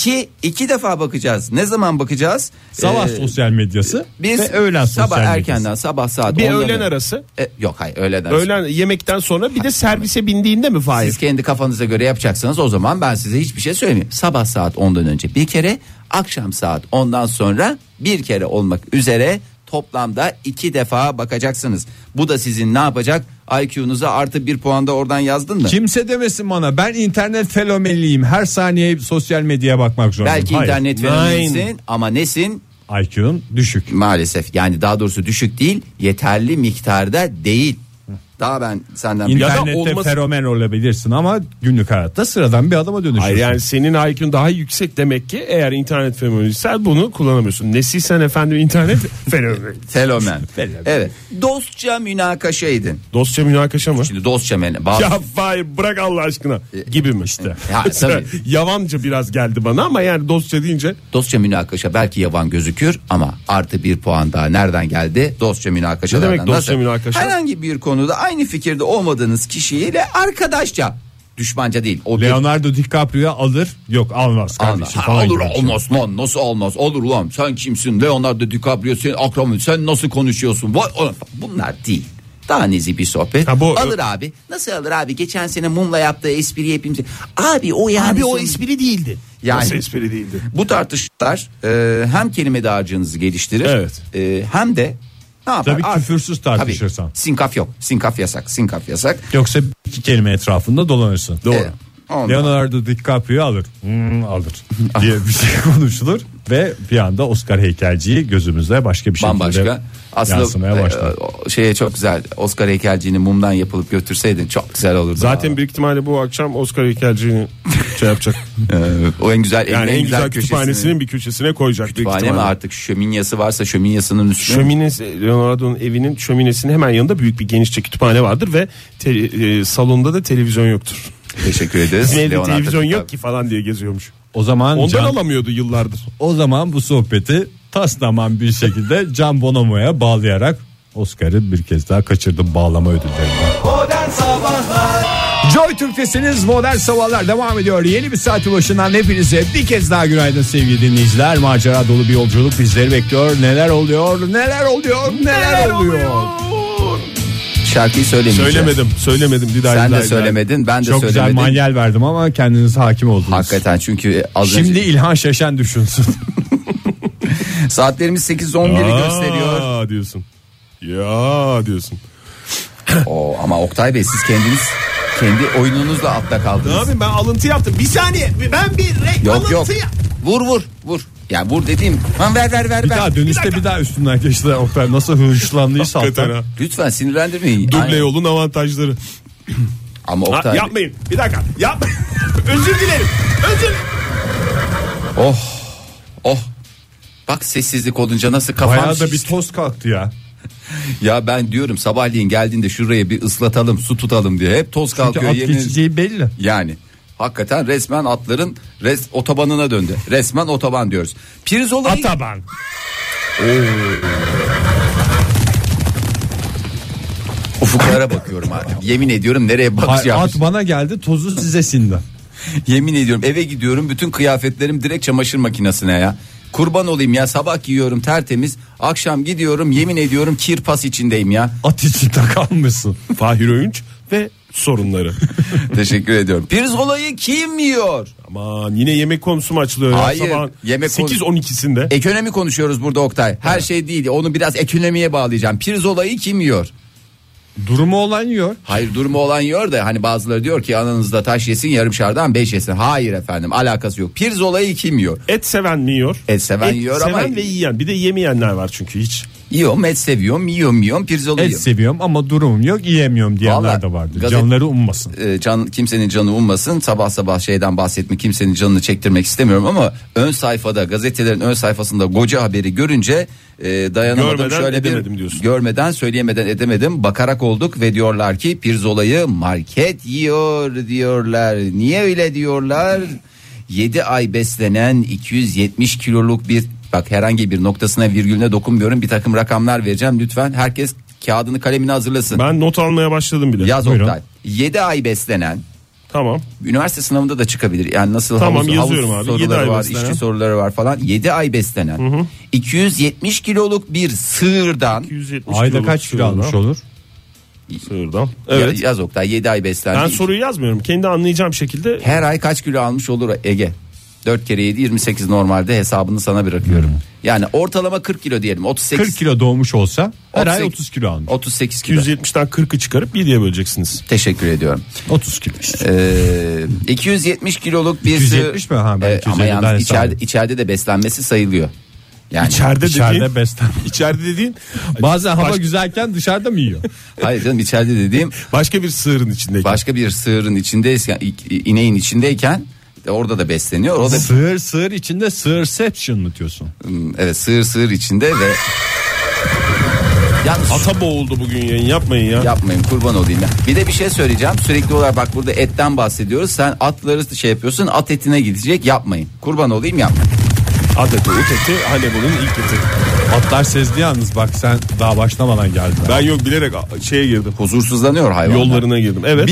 İki defa bakacağız. Ne zaman bakacağız? Sabah sosyal medyası Biz ve öğlen sosyal sabah medyası. erkenden, sabah saat Bir 10'da öğlen mı? arası. Yok, hayır, öğleden sonra. Öğlen yemekten sonra bir de servise bindiğinde mi Fahir? Siz kendi kafanıza göre yapacaksınız, o zaman ben size hiçbir şey söylemiyorum. Sabah saat 10'dan önce bir kere, akşam saat 10'dan sonra bir kere olmak üzere toplamda 2 defa bakacaksınız. Bu da sizin ne yapacak? IQ'nuza artı 1 puan da oradan yazdın mı? Kimse demesin bana, ben internet fenomeniyim, her saniye sosyal medyaya bakmak zorundayım. Belki Hayır. internet fenomenisin ama nesin? IQ'un düşük. Maalesef, yani daha doğrusu düşük değil, yeterli miktarda değil. Daha ben senden İnternette olması- fenomen olabilirsin ama günlük hayatta sıradan bir adama dönüşüyorsun. Hayır, yani senin IQ'un daha yüksek demek ki, eğer internet fenomeniysen bunu kullanamıyorsun. Nesiysen efendim internet fenomeni. fenomen. Evet. Dostça münakaşa edin. Dostça münakaşa mı? Şimdi dostça bazı... Ya Fahir, bırak Allah aşkına gibi mi işte? Ya, tabii. Yavanca biraz geldi bana ama yani dostça deyince. Dostça münakaşa belki yavan gözükür ama artı 1 puan daha nereden geldi? Dostça münakaşalardan. Ne demek dostça Nasıl? münakaşa? Herhangi bir konuda aynı fikirde olmadığınız kişiyle arkadaşça, düşmanca değil. O Leonardo DiCaprio alır, yok almaz kardeşim falan olur gibi. olmaz lan, nasıl olmaz, olur lan, sen kimsin, Leonardo DiCaprio senin akramın, sen nasıl konuşuyorsun? Bunlar değil. Daha nezih bir sohbet. Alır abi. Nasıl alır abi? Geçen sene mumla yaptığı espri yapayım. Abi o yani. Abi o espri değildi. Yani, nasıl espri değildi? Bu tartışmalar hem kelime dağarcığınızı geliştirir. Evet. Hem de ne yapar? Tabii küfürsüz tartışırsan. Tabii, sinkaf yok. Sinkaf yasak. Yoksa iki kelime etrafında dolanırsın. Doğru. Leonardo DiCaprio alır. Alır diye bir şey konuşulur ve bir anda Oscar heykelciyi gözümüzde başka bir şekilde bambaşka. Aslında başlar. Şeye çok güzel. Oscar heykelciğini mumdan yapılıp götürseydin çok güzel olurdu. Zaten büyük ihtimalle bu akşam Oscar heykelciğini şey yapacak. O en güzel, Yani en güzel köşesini. kütüphanesinin bir köşesine koyacak. Kütüphane mi artık, şöminyası varsa şöminyasının üstüne. Şöminesi, Leonardo'nun evinin şöminesinin hemen yanında büyük bir genişçe kütüphane vardır ve salonda da televizyon yoktur. Teşekkür ederiz. Bizim evde Leonardo televizyon DiCaprio. yok ki falan diye geziyormuş. O zaman Ondan alamıyordu yıllardır. O zaman bu sohbeti taslaman bir şekilde Can Bonomo'ya bağlayarak Oscar'ı bir kez daha kaçırdım bağlama ödüllerinden. Modern Sabahlar Joy Türk'tesiniz, Modern Sabahlar devam ediyor. Yeni bir saati başından hepinize bir kez daha günaydın sevgili dinleyiciler. Macera dolu bir yolculuk bizleri bekliyor. Neler oluyor, neler oluyor, neler oluyor. Şarkıyı söylemeyeceğim. Söylemedim. Sen de söylemedin, ben de Çok söylemedim. güzel manyel verdim ama kendiniz hakim oldunuz. Hakikaten çünkü az Şimdi önce... İlhan Şaşen düşünsün. Saatlerimiz 8:11'i gösteriyor. Diyorsun. Ama Oktay Bey, siz kendiniz kendi oyununuzla altta kaldınız. Ne yapayım, ben alıntı yaptım. Bir saniye, ben bir Yok. alıntı Vur. Ya vur dediğim. Ver. Bir daha dönüşte bir daha üstünden geçti Oktay. Nasıl hırçlandıysa Hakikaten alttan. ha. Lütfen sinirlendirmeyin. Duble yolun avantajları. Ama Oktay Yapmayın. Bir dakika. Yapmayın. Özür dilerim. Oh. Bak sessizlik olunca nasıl kafam Bayağı da bir şişti. toz kalktı ya. Ya ben diyorum sabahleyin geldiğinde şuraya bir ıslatalım, su tutalım diye. Hep toz Çünkü kalkıyor. at yemin- geçeceği belli. Yani hakikaten resmen atların otobanına döndü. Resmen otoban diyoruz. Pirzolayı... Ataban. Ufuklara bakıyorum artık. Yemin ediyorum nereye bakacağım. At bana geldi, tozu size sindi. Yemin ediyorum eve gidiyorum, bütün kıyafetlerim direkt çamaşır makinesine ya. Kurban olayım ya, sabah giyiyorum tertemiz, akşam gidiyorum yemin ediyorum kirpas içindeyim ya. At içinde kalmışsın. Fahir Öğünç ve sorunları. Teşekkür ediyorum. Pirzolayı kim yiyor? Aman yine yemek konusu mu açılıyor? Hayır, Sabahın yemek 8-12'sinde. Ekonomi konuşuyoruz burada Oktay. Her şey değil, onu biraz ekonomiye bağlayacağım. Pirzolayı kim yiyor? Durumu olan yiyor. Hayır, durumu olan yiyor da hani bazıları diyor ki ananızda taş yesin yarım şardan 5 yesin. Hayır efendim, alakası yok. Pirzolayı kim yiyor? Et seven mi yiyor? Et seven yiyor ama- seven ve yiyen. Bir de yemeyenler var çünkü hiç. Yiyorum, et seviyorum, yiyorum, pirzolayı Et yiyorum. seviyorum ama durumum yok, yiyemiyorum diyenler Vallahi de vardır. gazete- Canları ummasın. Kimsenin canı ummasın. Sabah şeyden bahsetme, kimsenin canını çektirmek istemiyorum ama ön sayfada, gazetelerin ön sayfasında Goca haberi görünce dayanamadım. Görmeden Şöyle edemedim diyorsun. Görmeden söyleyemeden edemedim. Bakarak olduk ve diyorlar ki pirzolayı market yiyor diyorlar. Niye öyle diyorlar? 7 ay beslenen 270 kiloluk bir, bak herhangi bir noktasına virgülüne dokunmuyorum, bir takım rakamlar vereceğim, lütfen herkes kağıdını kalemini hazırlasın. Ben not almaya başladım bile. Yaz Buyurun. Oktay. 7 ay beslenen, Tamam. üniversite sınavında da çıkabilir. Yani nasıl Tamam, havuz yazıyorum abi. 7 soruları ay var, beslenen. işçi soruları var falan. 7 ay beslenen. 270 kiloluk bir sığırdan. 270 Ayda kiloluk kaç kilo sığırdan. almış olur? Sığırdan. Evet. Yaz Oktay, 7 ay beslendi. Ben soruyu yazmıyorum. Kendi anlayacağım şekilde. Her ay kaç kilo almış olur Ege? 4 kere 7 28 normalde, hesabını sana bırakıyorum. Yani ortalama 40 kilo diyelim. 38 40 kilo doğmuş olsa her ay 38 30 kilo almış. 38 kilo. 270'ten 40'ı çıkarıp 7'ye böleceksiniz. Teşekkür ediyorum. 30 kilo işte. 270 kiloluk bir 270 mi? Ha, ben ama 250'den yalnız hesap içeride de beslenmesi sayılıyor. Yani İçeride İçeride beslen. İçeride dediğin Bazen hava güzelken dışarıda mı yiyor? hayır canım, içeride dediğim başka bir sığırın içindeki. başka bir sığırın içindeyken, ineğin içindeyken orada da besleniyor. O da Sığır içinde sığırception mı diyorsun? evet, sığır içinde ve yalnız Ata boğuldu bugün, yayın yapmayın ya. yapmayın, kurban olayım ya. Bir de bir şey söyleyeceğim. Sürekli olarak bak burada etten bahsediyoruz. Sen atları şey yapıyorsun. At etine gidecek, yapmayın. Kurban olayım, yapmayın. At eti, ut eti, Hanebu'nun ilk eti. Atlar sezdi yalnız, bak sen daha başlamadan geldin. Ben yok bilerek şeye girdim. Huzursuzlanıyor hayvanlar. Yollarına girdim. Evet.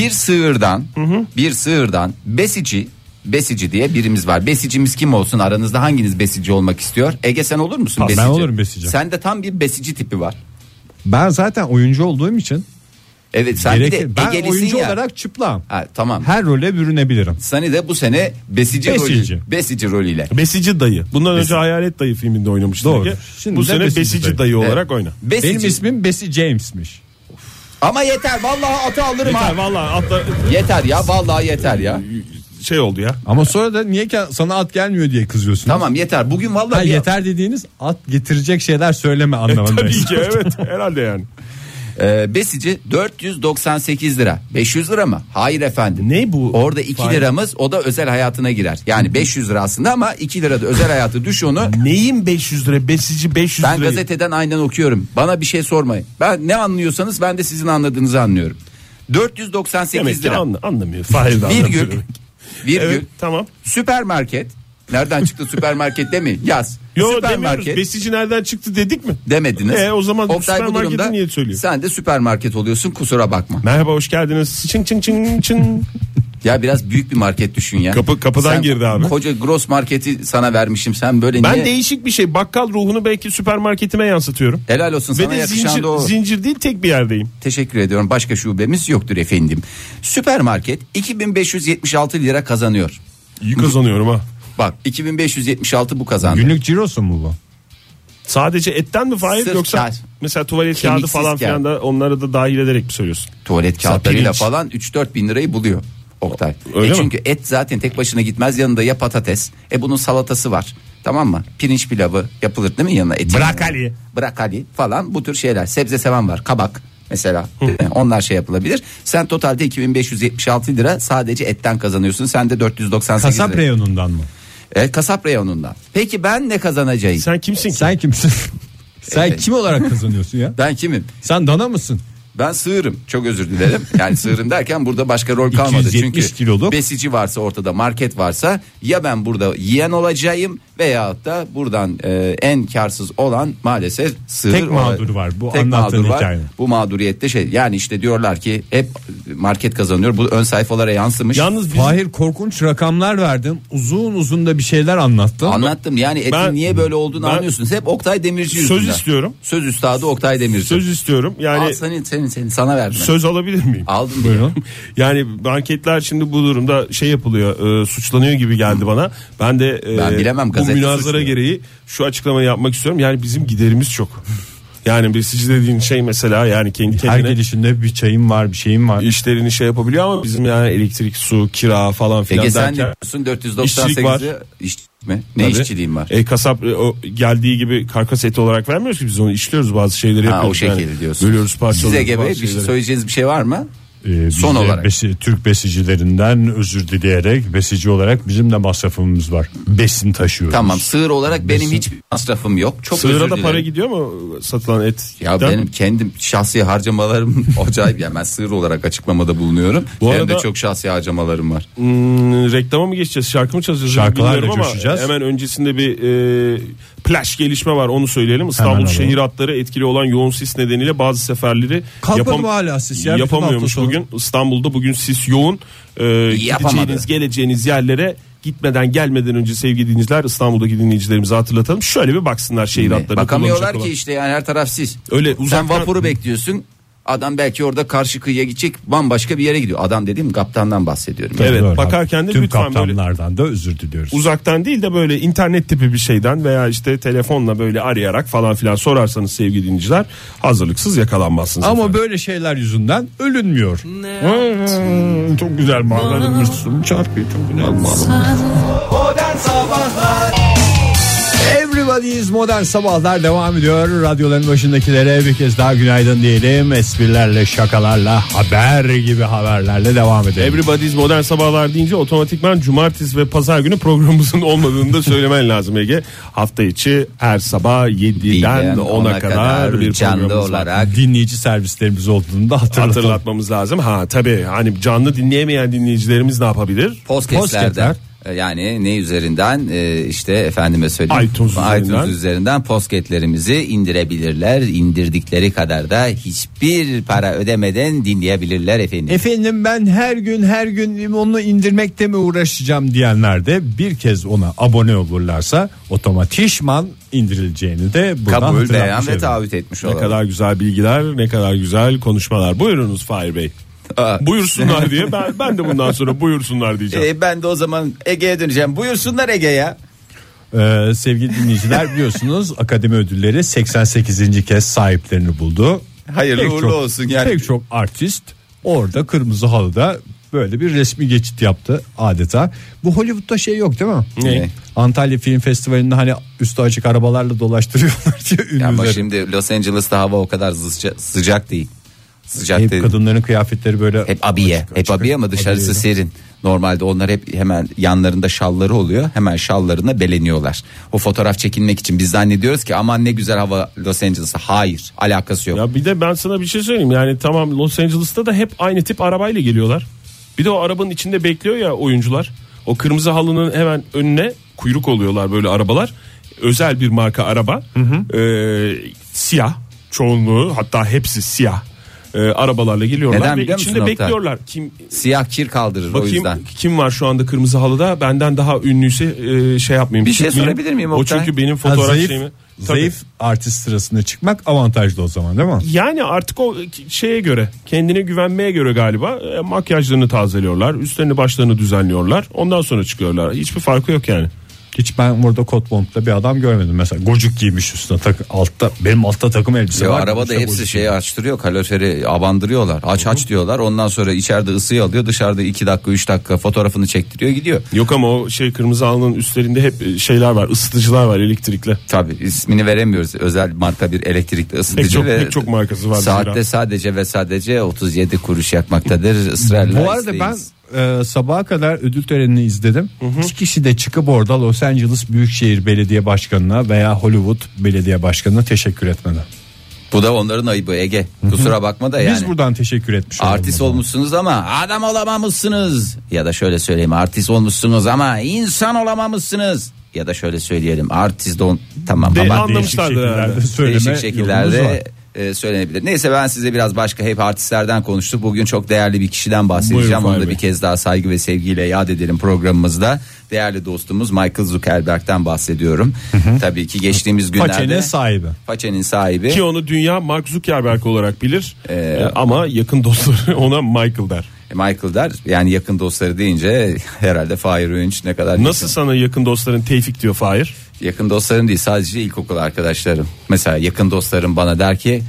Bir sığırdan besici diye birimiz var. Besicimiz kim olsun? Aranızda hanginiz besici olmak istiyor? Ege, sen olur musun Ben besici? olurum besici. Sende tam bir besici tipi var. Ben zaten oyuncu olduğum için Evet, sen bir de gerekir. Ben Ege'lisin oyuncu ya. olarak çıplağım. Ha, tamam. Her role bürünebilirim. Sani de bu sene besici rolüyle. Besici dayı. Bundan önce Hayalet Dayı filminde oynamıştı. Doğru. Ege. Şimdi Bu de sene Besici Besici Dayı. Dayı olarak oyna. Besici. Benim ismim Besi James'miş. Ama yeter, vallahi atı alırım Yeter ha. vallahi atla Yeter ya, vallahi yeter ya. şey oldu ya. Ama sonra da niye sana at gelmiyor diye kızıyorsun. Tamam yeter. Bugün vallahi Ha, yeter dediğiniz at getirecek şeyler söyleme anlamında. Tabii ki evet herhalde yani. Besici 498 lira. 500 lira mı? Hayır efendim. Ne bu? Orada 2 liramız, o da özel hayatına girer. Yani 500 lira aslında ama 2 lira da özel hayatı, düş onu. Neyin 500 lira? Besici 500 Ben lira. gazeteden aynen okuyorum. Bana bir şey sormayın. Ben ne anlıyorsanız ben de sizin anladığınızı anlıyorum. 498 Demek ki lira. anlamıyor. Fahir de Virgül. anlamıyor. Virgül. Evet tamam. Süpermarket. Nereden çıktı süpermarket değil mi? Yaz. Yo demiyoruz. Besici nereden çıktı dedik mi? Demediniz. O zaman Oktay, süpermarketi niye söylüyor? Sen de süpermarket oluyorsun, kusura bakma. Merhaba, hoş geldiniz. Çın çın çın çın. Ya biraz büyük bir market düşün ya. Kapıdan sen girdi abi. Koca gross marketi sana vermişim, sen böyle ben niye? Değişik bir şey, bakkal ruhunu belki süpermarketime yansıtıyorum. Helal olsun sana, ve de yakışan da o. zincir değil, tek bir yerdeyim. Teşekkür ediyorum, başka şubemiz yoktur efendim. Süpermarket 2576 lira kazanıyor. İyi kazanıyorum ha. Bak 2576 bu kazandı. Günlük cirosu mu bu? Sadece etten mi Fahir, Sırf yoksa kağıt. mesela tuvalet kağıdı Kemiksiz falan filan da onları da dahil ederek mi söylüyorsun? Tuvalet kağıtlarıyla pirinç. falan 3-4 bin lirayı buluyor Oktay. Öyle mi? Çünkü et zaten tek başına gitmez, yanında ya patates. Bunun salatası var. Tamam mı? Pirinç pilavı yapılır değil mi yanına? Brakali falan, bu tür şeyler. Sebze seven var. Kabak mesela. Onlar şey yapılabilir. Sen totalde 2576 lira sadece etten kazanıyorsun. Sen de 498 Kasap lira. reyonundan mı? Kasap reyonundan. Peki ben ne kazanacağım? Sen kimsin ki? Sen kimsin? Sen Evet. kim olarak kazanıyorsun ya? Ben kimim? Sen dana mısın? Ben sığırım. Çok özür dilerim. Yani sığırım derken burada başka rol kalmadı. 270 Çünkü kiloluk. besici varsa ortada, market varsa, ya ben burada yiyen olacağım veyahut da buradan en karsız olan maalesef sığır. Tek mağduru var bu tek anlattığın mağdur var. hikayenin. Bu mağduriyette yani işte diyorlar ki hep market kazanıyor. Bu ön sayfalara yansımış. Yalnız bizim... Fahir, korkunç rakamlar verdin. Uzun da bir şeyler anlattın. Anlattım yani etin Ben- niye böyle olduğunu ben- anlıyorsunuz. Hep Oktay Demirci Söz yüzünden. istiyorum. Söz üstadı Oktay Demirci. Söz istiyorum. Yani Al senin sana verdim. söz alabilir miyim? Aldım. Buyurun. Yani marketler şimdi bu durumda şey yapılıyor, suçlanıyor gibi geldi bana. Ben de Ben bilemem, bu gazete münazara suçluyor. gereği şu açıklamayı yapmak istiyorum. Yani bizim giderimiz çok. Yani besici dediğin şey mesela, yani kendi Her kendine gelişinde bir çayım var, bir şeyim var. işlerini şey yapabiliyor ama bizim yani elektrik, su, kira falan filan Ege sen derken diyorsun işçilik var. 498'i işçilik mi? Ne Tabii. işçiliğim var? Kasap o geldiği gibi karkas eti olarak vermiyoruz ki, biz onu işliyoruz, bazı şeyleri Ha, yapıyoruz. o şekilde yani. diyorsun. Bölüyoruz, parçalıyoruz. Size Ege Bey bazı bir şey şeyleri. söyleyeceğiniz bir şey var mı? Biz Son de olarak. Türk besicilerinden özür dileyerek, besici olarak bizim de masrafımız var. Besin taşıyoruz. Tamam, sığır olarak benim hiçbir masrafım yok. Çok özür Sığıra da dilerim. para gidiyor mu satılan et? Ya benim kendim şahsi harcamalarım acayip, yani ben sığır olarak açıklamada bulunuyorum. Bu Benim de arada- çok şahsi harcamalarım var. Reklama mı geçeceğiz, şarkı mı çalacağız? Şarkılarla Bilmiyorum ama coşacağız. hemen öncesinde bir plaj gelişme var, onu söyleyelim. İstanbul alalım. şehir hatları etkili olan yoğun sis nedeniyle bazı seferleri Kalkmadı mı hala sis ya? Bütün yapamıyormuş hafta sonu. bugün. İstanbul'da bugün sis yoğun. Gideceğiniz, geleceğiniz yerlere gitmeden gelmeden önce sevgili dinleyiciler, İstanbul'daki dinleyicilerimize hatırlatalım. Şöyle bir baksınlar şehir hatlarına. Bakamıyorlar kullanacak ki olan. işte, yani her taraf sis. Öyle Sen uzaktan- vapuru bekliyorsun. Adam belki orada karşı kıyıya gidecek, bambaşka bir yere gidiyor. Adam dediğim kaptandan bahsediyorum. Evet, Doğru. bakarken de tüm lütfen böyle kaptanlardan da özür diliyoruz. uzaktan değil de böyle internet tipi bir şeyden veya işte telefonla böyle arayarak falan filan sorarsanız sevgili dinleyiciler, hazırlıksız yakalanmazsınız. Ama efendim. böyle şeyler yüzünden ölünmüyor. Çok güzel bağlamışsın. Şarkıyı çok güzel bağlamışsın. Modern Sabahlar Everybody's Modern Sabahlar devam ediyor. Radyoların başındakilere bir kez daha günaydın diyelim. Esprilerle, şakalarla, haber gibi haberlerle devam edelim. Everybody's Modern Sabahlar deyince otomatikman cumartesi ve pazar günü programımızın olmadığını da söylemen lazım Ege. Hafta içi her sabah 7'den 10'a kadar bir canlı programımız var. olarak. Dinleyici servislerimiz olduğunu da Hatırlatmamız lazım. Ha tabii, hani canlı dinleyemeyen dinleyicilerimiz ne yapabilir? Podcast'lerden. Yani ne üzerinden işte efendime söyleyeyim, iTunes üzerinden podcast'lerimizi indirebilirler. İndirdikleri kadar da hiçbir para ödemeden dinleyebilirler efendim. Efendim ben her gün onu indirmekte mi uğraşacağım diyenler de bir kez ona abone olurlarsa otomatikman indirileceğini de buradan Kabul, hatırlatmış beyan ve olalım. taahhüt etmiş Ne olalım. kadar güzel bilgiler, ne kadar güzel konuşmalar. Buyurunuz Fahir Bey. Buyursunlar diye ben de bundan sonra buyursunlar diyeceğim. Ben de o zaman Ege'ye döneceğim. Buyursunlar Ege ya. Sevgili dinleyiciler, biliyorsunuz akademi ödülleri 88. kez sahiplerini buldu. Hayırlı Pek uğurlu çok- olsun yani. Pek çok artist orada kırmızı halıda böyle bir resmi geçit yaptı adeta. Bu Hollywood'da şey yok değil mi? Ne? Antalya Film Festivali'nde hani üstü açık arabalarla dolaştırıyorlar diye Ya ama ünlüleri. şimdi Los Angeles'ta hava o kadar sıcak değil. Sıcak Hep değil. kadınların kıyafetleri böyle Hep abiye. açık, Hep abiye ama dışarısı abiye. serin. Normalde onlar hep hemen yanlarında şalları oluyor. Hemen şallarına beleniyorlar. O fotoğraf çekinmek için biz zannediyoruz ki aman ne güzel hava Los Angeles'ta. Hayır, alakası yok. Ya bir de ben sana bir şey söyleyeyim. Yani tamam, Los Angeles'ta da hep aynı tip arabayla geliyorlar. Bir de o arabanın içinde bekliyor ya oyuncular. O kırmızı halının hemen önüne kuyruk oluyorlar böyle arabalar. özel bir marka araba. Siyah çoğunluğu, hatta hepsi siyah arabalarla geliyorlar. Neden ve biliyor musun içinde Oktay? bekliyorlar. Siyah kir kaldırır o yüzden. Bakayım kim var şu anda kırmızı halıda, benden daha ünlüyse şey yapmayayım. Bir şey çıkmayayım. sorabilir miyim O Oktay? çünkü benim fotoğraf şeyimi. Zayıf artist sırasına çıkmak avantajlı o zaman, değil mi? Yani artık o şeye göre, kendine güvenmeye göre galiba makyajlarını tazeliyorlar, üstlerini başlarını düzenliyorlar, ondan sonra çıkıyorlar. Hiçbir farkı yok yani. Hiç ben burada kot montla bir adam görmedim mesela. Gocuk giymiş üstüne, benim altta takım elbise var. Arabada İşte hepsi şeyi açtırıyor, kaloriferi abandırıyorlar. Aç diyorlar, ondan sonra içeride ısıyı alıyor, dışarıda 2 dakika 3 dakika fotoğrafını çektiriyor, gidiyor. Yok ama o kırmızı halının üstlerinde hep şeyler var, ısıtıcılar var, elektrikli. Tabii ismini veremiyoruz, özel marka bir elektrikli ısıtıcı pek çok markası var. Saatte sadece ve sadece 37 kuruş yakmaktadır ısrarla. Bu arada ben sabaha kadar ödül törenini izledim. Hiç kişi de çıkıp orada Los Angeles Büyükşehir Belediye Başkanı'na veya Hollywood Belediye Başkanı'na teşekkür etmedi. Bu da onların ayıbı Ege. Kusura bakma da yani. Biz buradan teşekkür etmiş olalım. Artist olmuşsunuz ama adam olamamışsınız. Ya da şöyle söyleyeyim, artist olmuşsunuz ama insan olamamışsınız. Ya da şöyle söyleyelim, artist tamam ama anlamışlardı. Değişik şekillerde söylenebilir. Neyse, ben size biraz başka, hep artistlerden konuştuk. Bugün çok değerli bir kişiden bahsedeceğim. Onu da bir kez daha saygı ve sevgiyle yad edelim programımızda. Değerli dostumuz Michael Zuckerberg'ten bahsediyorum. Tabii ki geçtiğimiz günlerde Façe'nin sahibi. Ki onu dünya Mark Zuckerberg olarak bilir. Ama yakın dostları ona Michael der. Michael der. Yani yakın dostları deyince herhalde Fahir Öğünç ne kadar... Nasıl sana yakın dostların Tevfik diyor Fahir? Yakın dostlarım değil, sadece ilkokul arkadaşlarım. Mesela yakın dostlarım bana der ki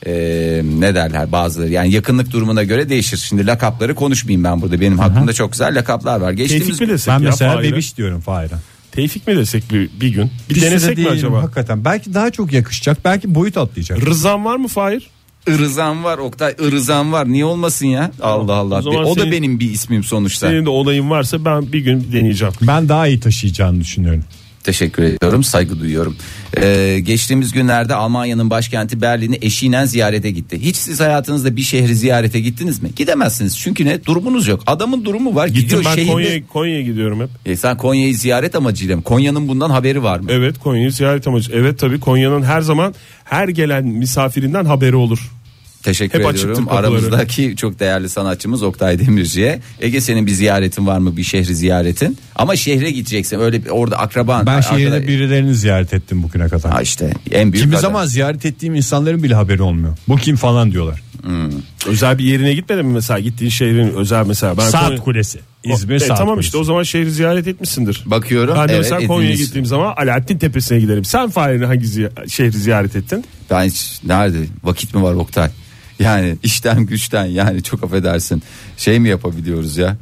ne derler bazıları, yani yakınlık durumuna göre değişir. Şimdi lakapları konuşmayayım ben burada, benim hakkımda çok güzel lakaplar var. Tevfik mi desek ben ya mesela Fahir'e? Bebiş diyorum Fahir'e. Tevfik mi desek bir gün? Bir denesek mi acaba? Hakikaten belki daha çok yakışacak, belki boyut atlayacak. Rızan var mı Fahir? Irızan var Oktay, Irızan var, niye olmasın ya? Allah Allah, o da benim bir ismim sonuçta. Senin de onayın varsa ben bir gün deneyeceğim. Ben daha iyi taşıyacağını düşünüyorum. Teşekkür ediyorum, saygı duyuyorum. Geçtiğimiz günlerde Almanya'nın başkenti Berlin'i eşiyle ziyarete gitti. Hiç siz hayatınızda bir şehri ziyarete gittiniz mi? Gidemezsiniz çünkü ne? Durumunuz yok. Adamın durumu var. Gittim gidiyor ben şehirde... Konya'ya gidiyorum hep. Sen Konya'yı ziyaret amacıyla mı? Konya'nın bundan haberi var mı? Evet, Konya'yı ziyaret amacı. Evet tabii, Konya'nın her zaman her gelen misafirinden haberi olur. Teşekkür ediyorum aramızdaki çok değerli sanatçımız Oktay Demirci'ye. Ege, senin bir ziyaretin var mı, bir şehri ziyaretin? Ama şehre gideceksin, öyle orada akraban. Ben şehirde birilerini ziyaret ettim bugüne kadar. Ha işte en büyük. Kimi zaman ziyaret ettiğim insanların bile haberi olmuyor. Bu kim falan diyorlar. Özel bir yerine gitmedin mi mesela, gittiğin şehrin özel mesela? Saat Kulesi. İzmir Saat tamam Kulesi. işte, o zaman şehri ziyaret etmişsindir. Bakıyorum. Ben de mesela Konya'ya gittiğim zaman Alaaddin Tepesi'ne giderim. Sen Fahir'in hangi şehri ziyaret ettin? Ben hiç, nerede vakit mi var Oktay? Yani işten güçten, yani çok affedersin, şey mi yapabiliyoruz ya?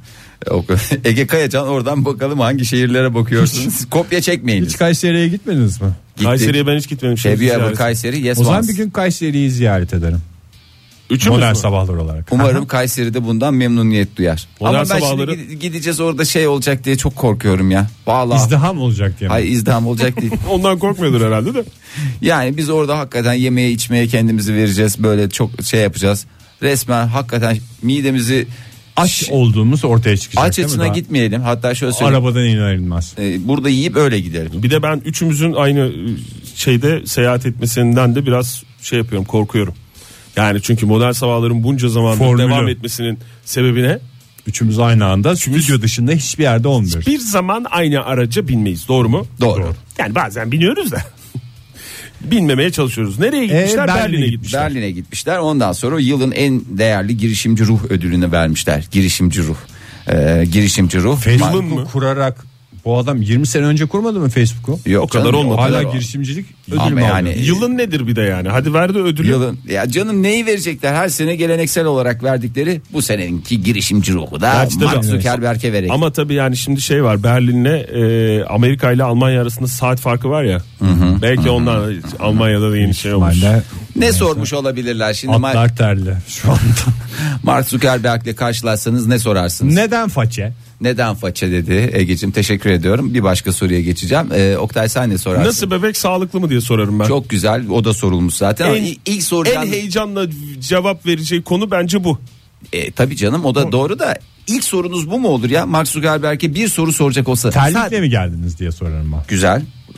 Ege Kayacan, oradan bakalım hangi şehirlere bakıyorsunuz. Kopya çekmeyiniz. Hiç Kayseri'ye gitmediniz mi? Gittik. Kayseri'ye ben hiç gitmedim. Kayseri, yes o zaman once. bir gün Kayseri'yi ziyaret ederim. Modern sabahlar olarak. Umarım Kayseri'de bundan memnuniyet duyar. Modern ama ben sabahları... şimdi gideceğiz, orada şey olacak diye çok korkuyorum ya. Vallahi. İzdiham olacak diye. Hayır, izdiham olacak değil. Ondan korkmuyordur herhalde de. Yani biz orada hakikaten yemeye içmeye kendimizi vereceğiz, böyle çok şey yapacağız. Resmen hakikaten midemizi aç olduğumuz ortaya çıkacak. Aç açına gitmeyelim. Hatta şöyle söyleyeyim. Arabadan inilmez. Burada yiyip öyle gidelim. Bir de ben üçümüzün aynı şeyde seyahat etmesinden de biraz şey yapıyorum, korkuyorum. Yani çünkü modern sabahların bunca zamandır devam etmesinin sebebi ne? Üçümüz aynı anda stüdyo dışında hiçbir yerde olmuyoruz. Bir zaman aynı araca binmeyiz, doğru mu? Doğru. Yani bazen biniyoruz da binmemeye çalışıyoruz. Nereye gitmişler? Berlin'e gitmişler. Berlin'e gitmişler. Ondan sonra yılın en değerli girişimci ruh ödülünü vermişler. Girişimci ruh. Girişimci ruh. Facebook'u kurarak bu adam 20 sene önce kurmadı mı Facebook'u? Yok, o kadar olmadı. Hala girişimcilik ödülü mü yani, aldı? Yılın nedir bir de yani? Hadi ver de ödülü. Yılın, ya canım neyi verecekler? Her sene geleneksel olarak verdikleri bu seneninki girişimci ruhu da Mark Zuckerberg'e verecek. Ama tabii yani şimdi şey var, Berlin'le Amerika ile Almanya arasında saat farkı var ya. Belki ondan Almanya'da da yeni şey olmuş. Ne sormuş olabilirler şimdi? Atlar terli şu anda. Mark Zuckerberg'le karşılaşsanız ne sorarsınız? Neden façe? Neden faça dedi Ege'cim, teşekkür ediyorum. Bir başka soruya geçeceğim. Oktay, sen ne sorarsın? Nasıl bebek, sağlıklı mı diye sorarım ben. Çok güzel, o da sorulmuş zaten. İlk soracağım... En heyecanla cevap vereceği konu bence bu. Tabii canım, o da doğru da ilk sorunuz bu mu olur ya? Mark Zuckerberg'e bir soru soracak olsa. Terlikle mi geldiniz diye sorarım ben. Güzel.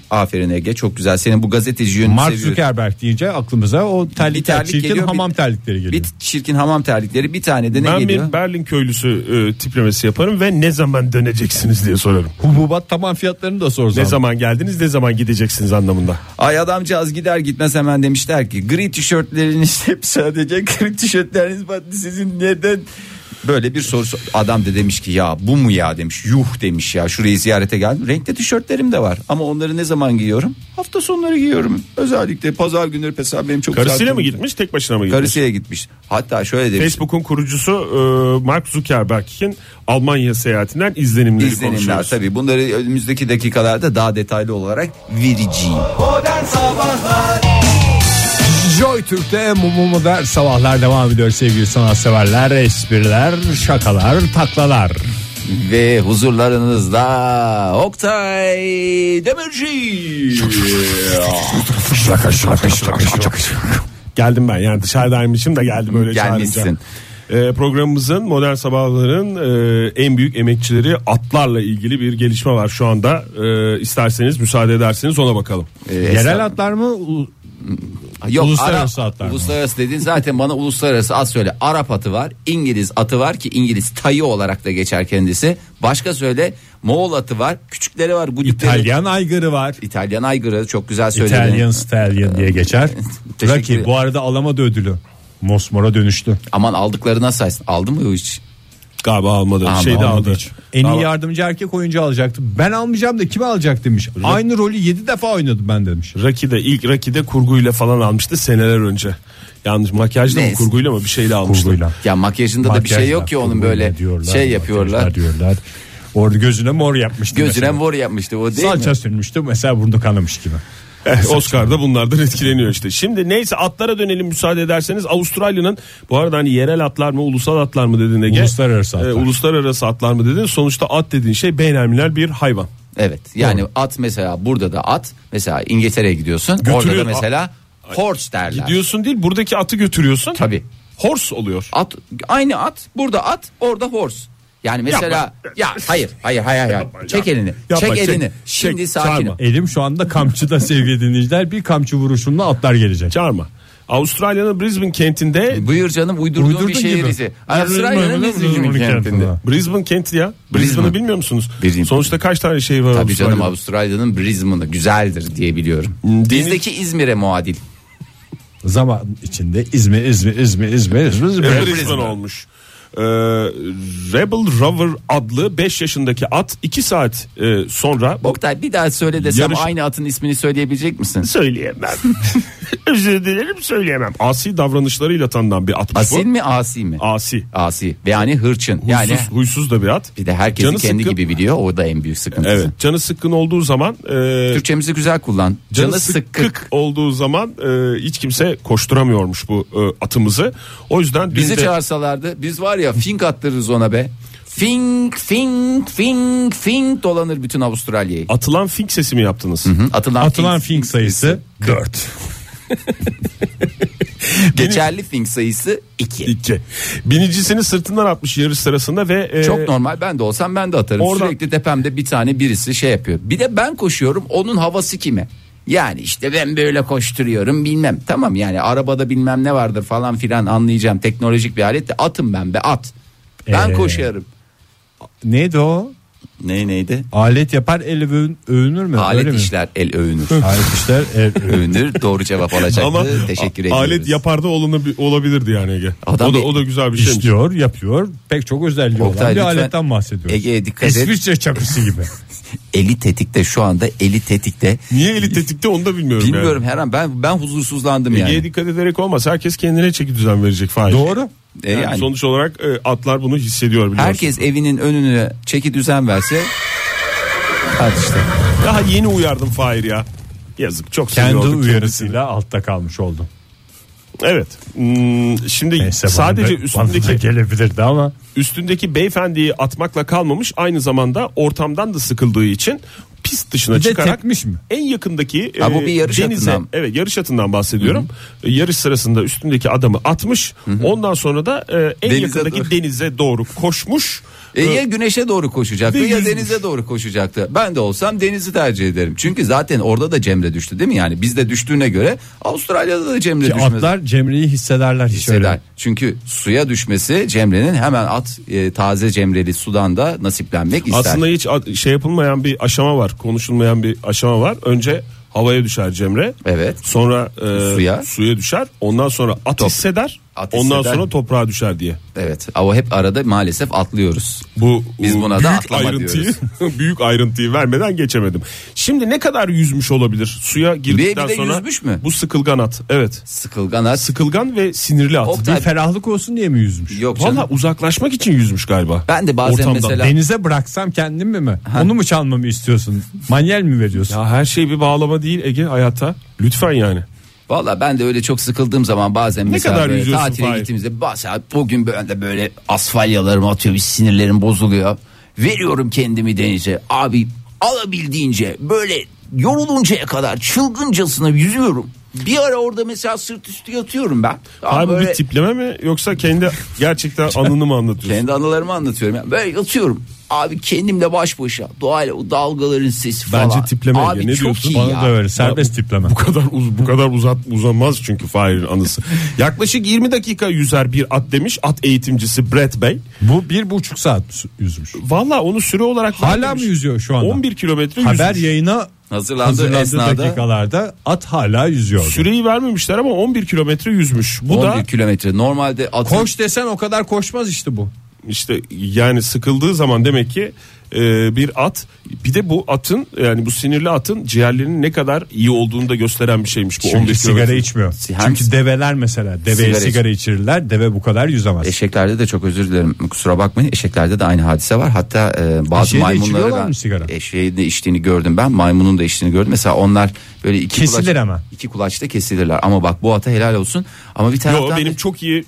Aferin Ege, çok güzel. Senin bu gazeteci yönünü Mark seviyorum. Zuckerberg deyince aklımıza o terlikler, terlik çirkin geliyor, hamam terlikleri geliyor. Bir çirkin hamam terlikleri, bir tane de ne Ben geliyor? bir Berlin köylüsü tiplemesi yaparım ve ne zaman döneceksiniz diye sorarım. Hububat taban fiyatlarını da sor. Ne zaman geldiniz, ne zaman gideceksiniz anlamında. Ay adamcağız gider gitmez hemen demişler ki gri tişörtleriniz hep sadece gri tişörtleriniz var, sizin neden? Böyle bir soru. Adam da demiş ki ya bu mu ya demiş, yuh demiş ya, şurayı ziyarete geldim, renkli tişörtlerim de var ama onları ne zaman giyiyorum? Hafta sonları giyiyorum, özellikle pazar günleri. Mesela benim çok Karısıyla mı gitmiş, tek başına mı gitmiş? Karısıyla gitmiş. Hatta şöyle demiş. Facebook'un kurucusu Mark Zuckerberg'in Almanya seyahatinden izlenimleri konuşuyoruz. Tabii bunları önümüzdeki dakikalarda daha detaylı olarak vereceğim. Modern Sabahlar. Joy Türk'te modern sabahlar devam ediyor sevgili sanatseverler, espriler, şakalar, taklalar. Ve huzurlarınızda Oktay Demirci. Geldim ben, yani dışarıdaymışım da geldim öyle Gelmişsin. çağırınca. Programımızın, modern sabahların en büyük emekçileri atlarla ilgili bir gelişme var şu anda. İsterseniz müsaade ederseniz ona bakalım. Yerel atlar mı? Yok, uluslararası atlar mı? Uluslararası dediğin zaten bana uluslararası at söyle. Arap atı var, İngiliz atı var ki İngiliz tayı olarak da geçer kendisi. Başka söyle, Moğol atı var, küçükleri var. İtalyan aygırı var. İtalyan aygırı, çok güzel söyledin. Italian Stallion diye geçer. Teşekkür Rocky bu arada alamadı ödülü. Mosmor'a dönüştü. Aman aldıklarına saysın. Aldı mı o hiç? Galiba almadı. Almadı. Aldı. En iyi Ama yardımcı erkek oyuncu alacaktı. Ben almayacağım da kimi alacak demiş. Aynı rolü 7 defa oynadım ben demiş. ilk Rocky'de kurguyla falan almıştı seneler önce. Yanlış makyajla mı, Neyse. kurguyla mı bir şeyle almıştı. Kurguyla. Ya makyajında da bir şey yok ki onun, böyle diyorlar, şey yapıyorlar. Diyorlar. Orada gözüne mor yapmıştı. Gözüne mesela. mor yapmıştı o, değil Salça mi? sürmüştü mesela, burnu kanamış gibi. Oscar'da bunlardan etkileniyor işte. Şimdi neyse, atlara dönelim müsaade ederseniz. Avustralya'nın, bu arada hani yerel atlar mı, ulusal atlar mı dedin Ege? Uluslararası atlar. Uluslararası atlar mı dedin? Sonuçta at dediğin şey beynelmilel bir hayvan. Evet, yani at mesela, burada da at mesela, İngiltere'ye gidiyorsun, orada da mesela horse derler. Gidiyorsun değil, buradaki atı götürüyorsun. Tabii. Horse oluyor. At, aynı at, burada at, orada horse. Yani mesela Yapma. ya hayır. Çek elini. Yapma, çek elini. çek, Şimdi çağırma. sakin ol. Elim şu anda kamçıda sevgili dinleyiciler. Bir kamçı vuruşumla atlar gelecek. Çağırma. Avustralya'nın Brisbane kentinde, Buyur canım, uydurduğun Uydurdun bir şehir gibi. bizi. Avustralya'nın Brisbane kentinde. Brisbane kenti ya. Brisbane'ı bilmiyor musunuz? Brisbane. Sonuçta kaç tane şehir var Tabii Avustralya'da? canım, Avustralya'nın Brisbane'ı güzeldir diye biliyorum. Bizdeki İzmir'e muadil. Zaman içinde İzmir. Brisbane olmuş. Rebel Rover adlı 5 yaşındaki at 2 saat sonra Oktay, bir daha söyle desem Yarış- aynı atın ismini söyleyebilecek misin? söyleyemem. Özür dilerim, söyleyemem. Asi davranışlarıyla tanınan bir atmış Asil bu. mi, asi mi? Asi. Asi ve yani hırçın. Yani Huysuz da bir at. bir de herkesi Canı kendi sıkkın. gibi biliyor, o da en büyük sıkıntısı. Evet. Canı sıkkın olduğu zaman Türkçemizi güzel kullan. canı sıkkık olduğu zaman hiç kimse koşturamıyormuş bu atımızı. O yüzden dün Bizi de- çağırsalardı biz var ya fink attırırız ona be. Fink dolanır bütün Avustralya'yı. atılan fink sesi mi yaptınız? Atılan fink sayısı 4. Geçerli fink sayısı 2. 2. Binicisini sırtından atmış yarış sırasında ve Çok normal, ben de olsam ben de atarım. Oradan- Sürekli tepemde bir tane birisi şey yapıyor. Bir de ben koşuyorum, onun havası kime? Yani işte ben böyle koşturuyorum bilmem. Tamam, yani arabada bilmem ne vardır falan filan, anlayacağım, teknolojik bir alet de, atım ben be, at. Ben koşuyorum. Neydi o? Neydi? Alet yapar el övünür mü? Öyle Alet mi? işler el övünür. Alet işler el Övünür, doğru cevap olacaktı. ama Teşekkür ediyoruz. alet yapar da olabilirdi yani Ege. Adam O da güzel bir şey. İşliyor, yapıyor. Pek çok özelliği Oktay, olan bir lütfen. aletten bahsediyoruz. Ege'ye dikkat et. İsviçre çakısı gibi. Eli tetikte şu anda, eli tetikte. Niye eli tetikte onu da bilmiyorum. Bilmiyorum, her an ben huzursuzlandım Yani. yani. Ege'ye dikkat ederek olmaz. Herkes kendine çeki düzen verecek. Fahir. Doğru. Yani Yani sonuç olarak atlar bunu hissediyor biliyorsun. herkes evinin önüne çeki düzen verse. Hadi işte. Daha yeni uyardım Fahir ya. Yazık, çok Kendi seviyorduk uyarısıyla altta kalmış oldu. kendisini. Evet. Şimdi Neyse, sadece bana da gelebilirdi ama. üstündeki beyefendiyi atmakla kalmamış, aynı zamanda ortamdan da sıkıldığı için pist dışına Bir de çıkarak tekmiş mi? en yakındaki Ha, bu bir yarış denize, atından. evet, yarış atından bahsediyorum. Yarış sırasında üstündeki adamı atmış. Ondan sonra da en Denize yakındaki doğru. denize doğru koşmuş. Ya güneşe doğru koşacaktı ya denize doğru koşacaktı. Ben de olsam denizi tercih ederim. Çünkü zaten orada da Cemre düştü değil mi? Yani bizde düştüğüne göre Avustralya'da da Cemre düşmez. Atlar Cemre'yi hissederler. Hisseder. Çünkü suya düşmesi Cemre'nin hemen taze Cemreli sudan da nasiplenmek ister. Aslında hiç şey yapılmayan bir aşama var. Konuşulmayan bir aşama var. Önce havaya düşer Cemre. Evet. Sonra suya düşer. Ondan sonra hisseder. Ondan sonra toprağa düşer diye. Evet. Ama hep arada maalesef atlıyoruz. Biz buna da atlama diyoruz. Büyük ayrıntıyı vermeden geçemedim. Şimdi ne kadar yüzmüş olabilir suya girdikten sonra? Yüzmüş mü? Bu sıkılgan at. Evet. Sıkılgan ve sinirli at. Bir ferahlık olsun diye mi yüzmüş? Yok canım. Valla uzaklaşmak için yüzmüş galiba. Ben de bazen ortamdan. mesela denize bıraksam kendimi mi? Onu mu çalmamı istiyorsun? Manyel mi veriyorsun? Ya her şey bir bağlama değil Ege hayata. Lütfen yani. Valla ben de öyle çok sıkıldığım zaman bazen mesela kadar böyle yüzüyorsun tatile Fahir? gittiğimizde bugün böyle asfalyalarımı atıyor, bir sinirlerim bozuluyor. Veriyorum kendimi denize. Abi alabildiğince böyle yoruluncaya kadar çılgıncasına yüzüyorum. Bir ara orada mesela sırt üstü yatıyorum ben. Abi bu bir tipleme mi yoksa kendi gerçekten anını mı anlatıyorsun? Kendi anılarımı anlatıyorum. Yani böyle yatıyorum. Abi kendimle baş başa. Doğayla o dalgaların sesi falan. Bence tipleme. Abi ne çok diyorsun? iyi Bana ya. da öyle serbest tipleme. Bu kadar uzanmaz çünkü Fahir'in anısı. Yaklaşık 20 dakika yüzer bir at demiş at eğitimcisi Brett Bey. Bu 1,5 saat yüzmüş. Valla onu süre olarak Hala mı yüzüyor şu anda? 11 kilometre yüzmüş. Haber yayına hazırlandığı dakikalarda at hala yüzüyor. Süreyi vermemişler ama 11 kilometre yüzmüş. Bu 11 da kilometre normalde atın... Koş desen o kadar koşmaz işte bu. İşte yani sıkıldığı zaman demek ki bir at, bir de bu atın, yani bu sinirli atın ciğerlerinin ne kadar iyi olduğunu da gösteren bir şeymiş bu. Çünkü 11 sigara kilometre. içmiyor. Çünkü develer mesela deveye sigara içirirler, deve bu kadar yüzemez. Eşeklerde de çok özür dilerim, kusura bakmayın, eşeklerde de aynı hadise var. Hatta bazı maymunları ben eşeğin de içtiğini gördüm, ben maymunun da içtiğini gördüm. Mesela onlar böyle iki kulaçta kesilirler ama bak bu ata helal olsun. Ama bir taraftan benim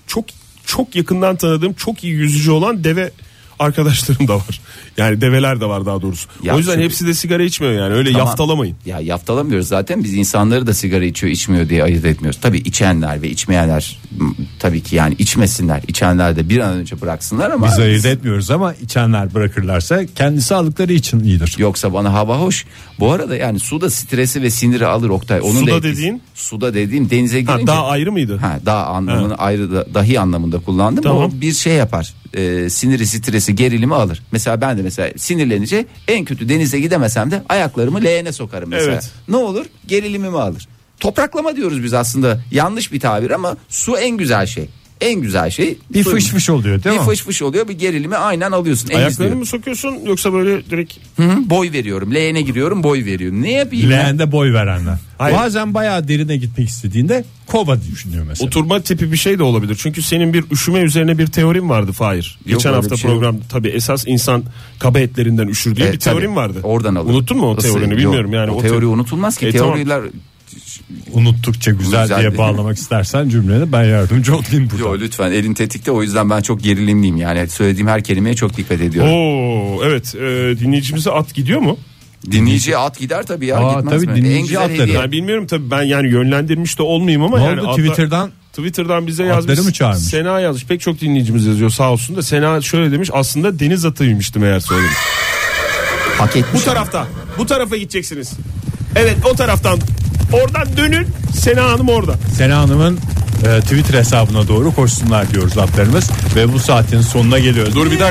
çok yakından tanıdığım çok iyi yüzücü olan deve arkadaşlarım da var. Yani develer de var daha doğrusu. Ya o yüzden hepsi de sigara içmiyor yani. Öyle tamam, yaftalamayın. Ya yaftalamıyoruz zaten, biz insanları da sigara içiyor içmiyor diye ayırt etmiyoruz. Tabii içenler ve içmeyenler tabii ki yani içmesinler. İçenler de bir an önce bıraksınlar ama. Biz ayırt etmiyoruz ama içenler bırakırlarsa kendi sağlıkları için iyidir. Yoksa bana hava hoş. Bu arada yani suda stresi ve siniri alır Oktay. Onun suda da dediğin? Suda dediğim denize girince. Daha ayrı mıydı? Daha anlamını ayrı dahi anlamında kullandım. Tamam. O bir şey yapar. Siniri, stresi, gerilimi alır. Mesela ben de mesela sinirlenince en kötü denize gidemesem de ayaklarımı leğene sokarım mesela. Evet. Ne olur? Gerilimimi alır. Topraklama diyoruz biz aslında. Yanlış bir tabir ama su en güzel şey. En güzel şey. Bir fış fış oluyor değil mi? Bir fış fış oluyor, bir gerilimi aynen alıyorsun. Ayaklarını mı sokuyorsun yoksa böyle direkt? Boy veriyorum. Leğene giriyorum, boy veriyorum. Ne yapayım? Leğende boy verenler. Bazen bayağı derine gitmek istediğinde kova düşünüyor mesela. Oturma tipi bir şey de olabilir. Çünkü senin bir üşüme üzerine bir teorin vardı Fahir. Geçen hafta programda tabii esas insan kaba etlerinden üşür diye bir teorin vardı. Oradan alır. Unuttun mu o teorini bilmiyorum yani. O teori unutulmaz ki. Teoriler unuttukça güzel diye bağlamak istersen cümleni ben yardımcı olayım burada. Yo, lütfen, elin tetikte, o yüzden ben çok gerilimliyim yani söylediğim her kelimeye çok dikkat ediyorum. Evet, dinleyicimize at gidiyor mu? Dinleyiciye at gider tabii ya, gitmez tabii mi? Dinleyici en güzel ben bilmiyorum tabii, ben yani yönlendirmiş de olmayayım ama ne yani oldu Twitter'dan bize yazmış. Sena yazmış. Pek çok dinleyicimiz yazıyor sağ olsun da. Sena şöyle demiş, aslında deniz atıymıştı meğer söylemiş. Hak etmiş. Bu tarafa gideceksiniz. Evet, o taraftan. Oradan dönün. Sena Hanım orada. Sena Hanım'ın Twitter hesabına doğru koşsunlar diyoruz atlarımız ve bu saatin sonuna geliyoruz. Dur bir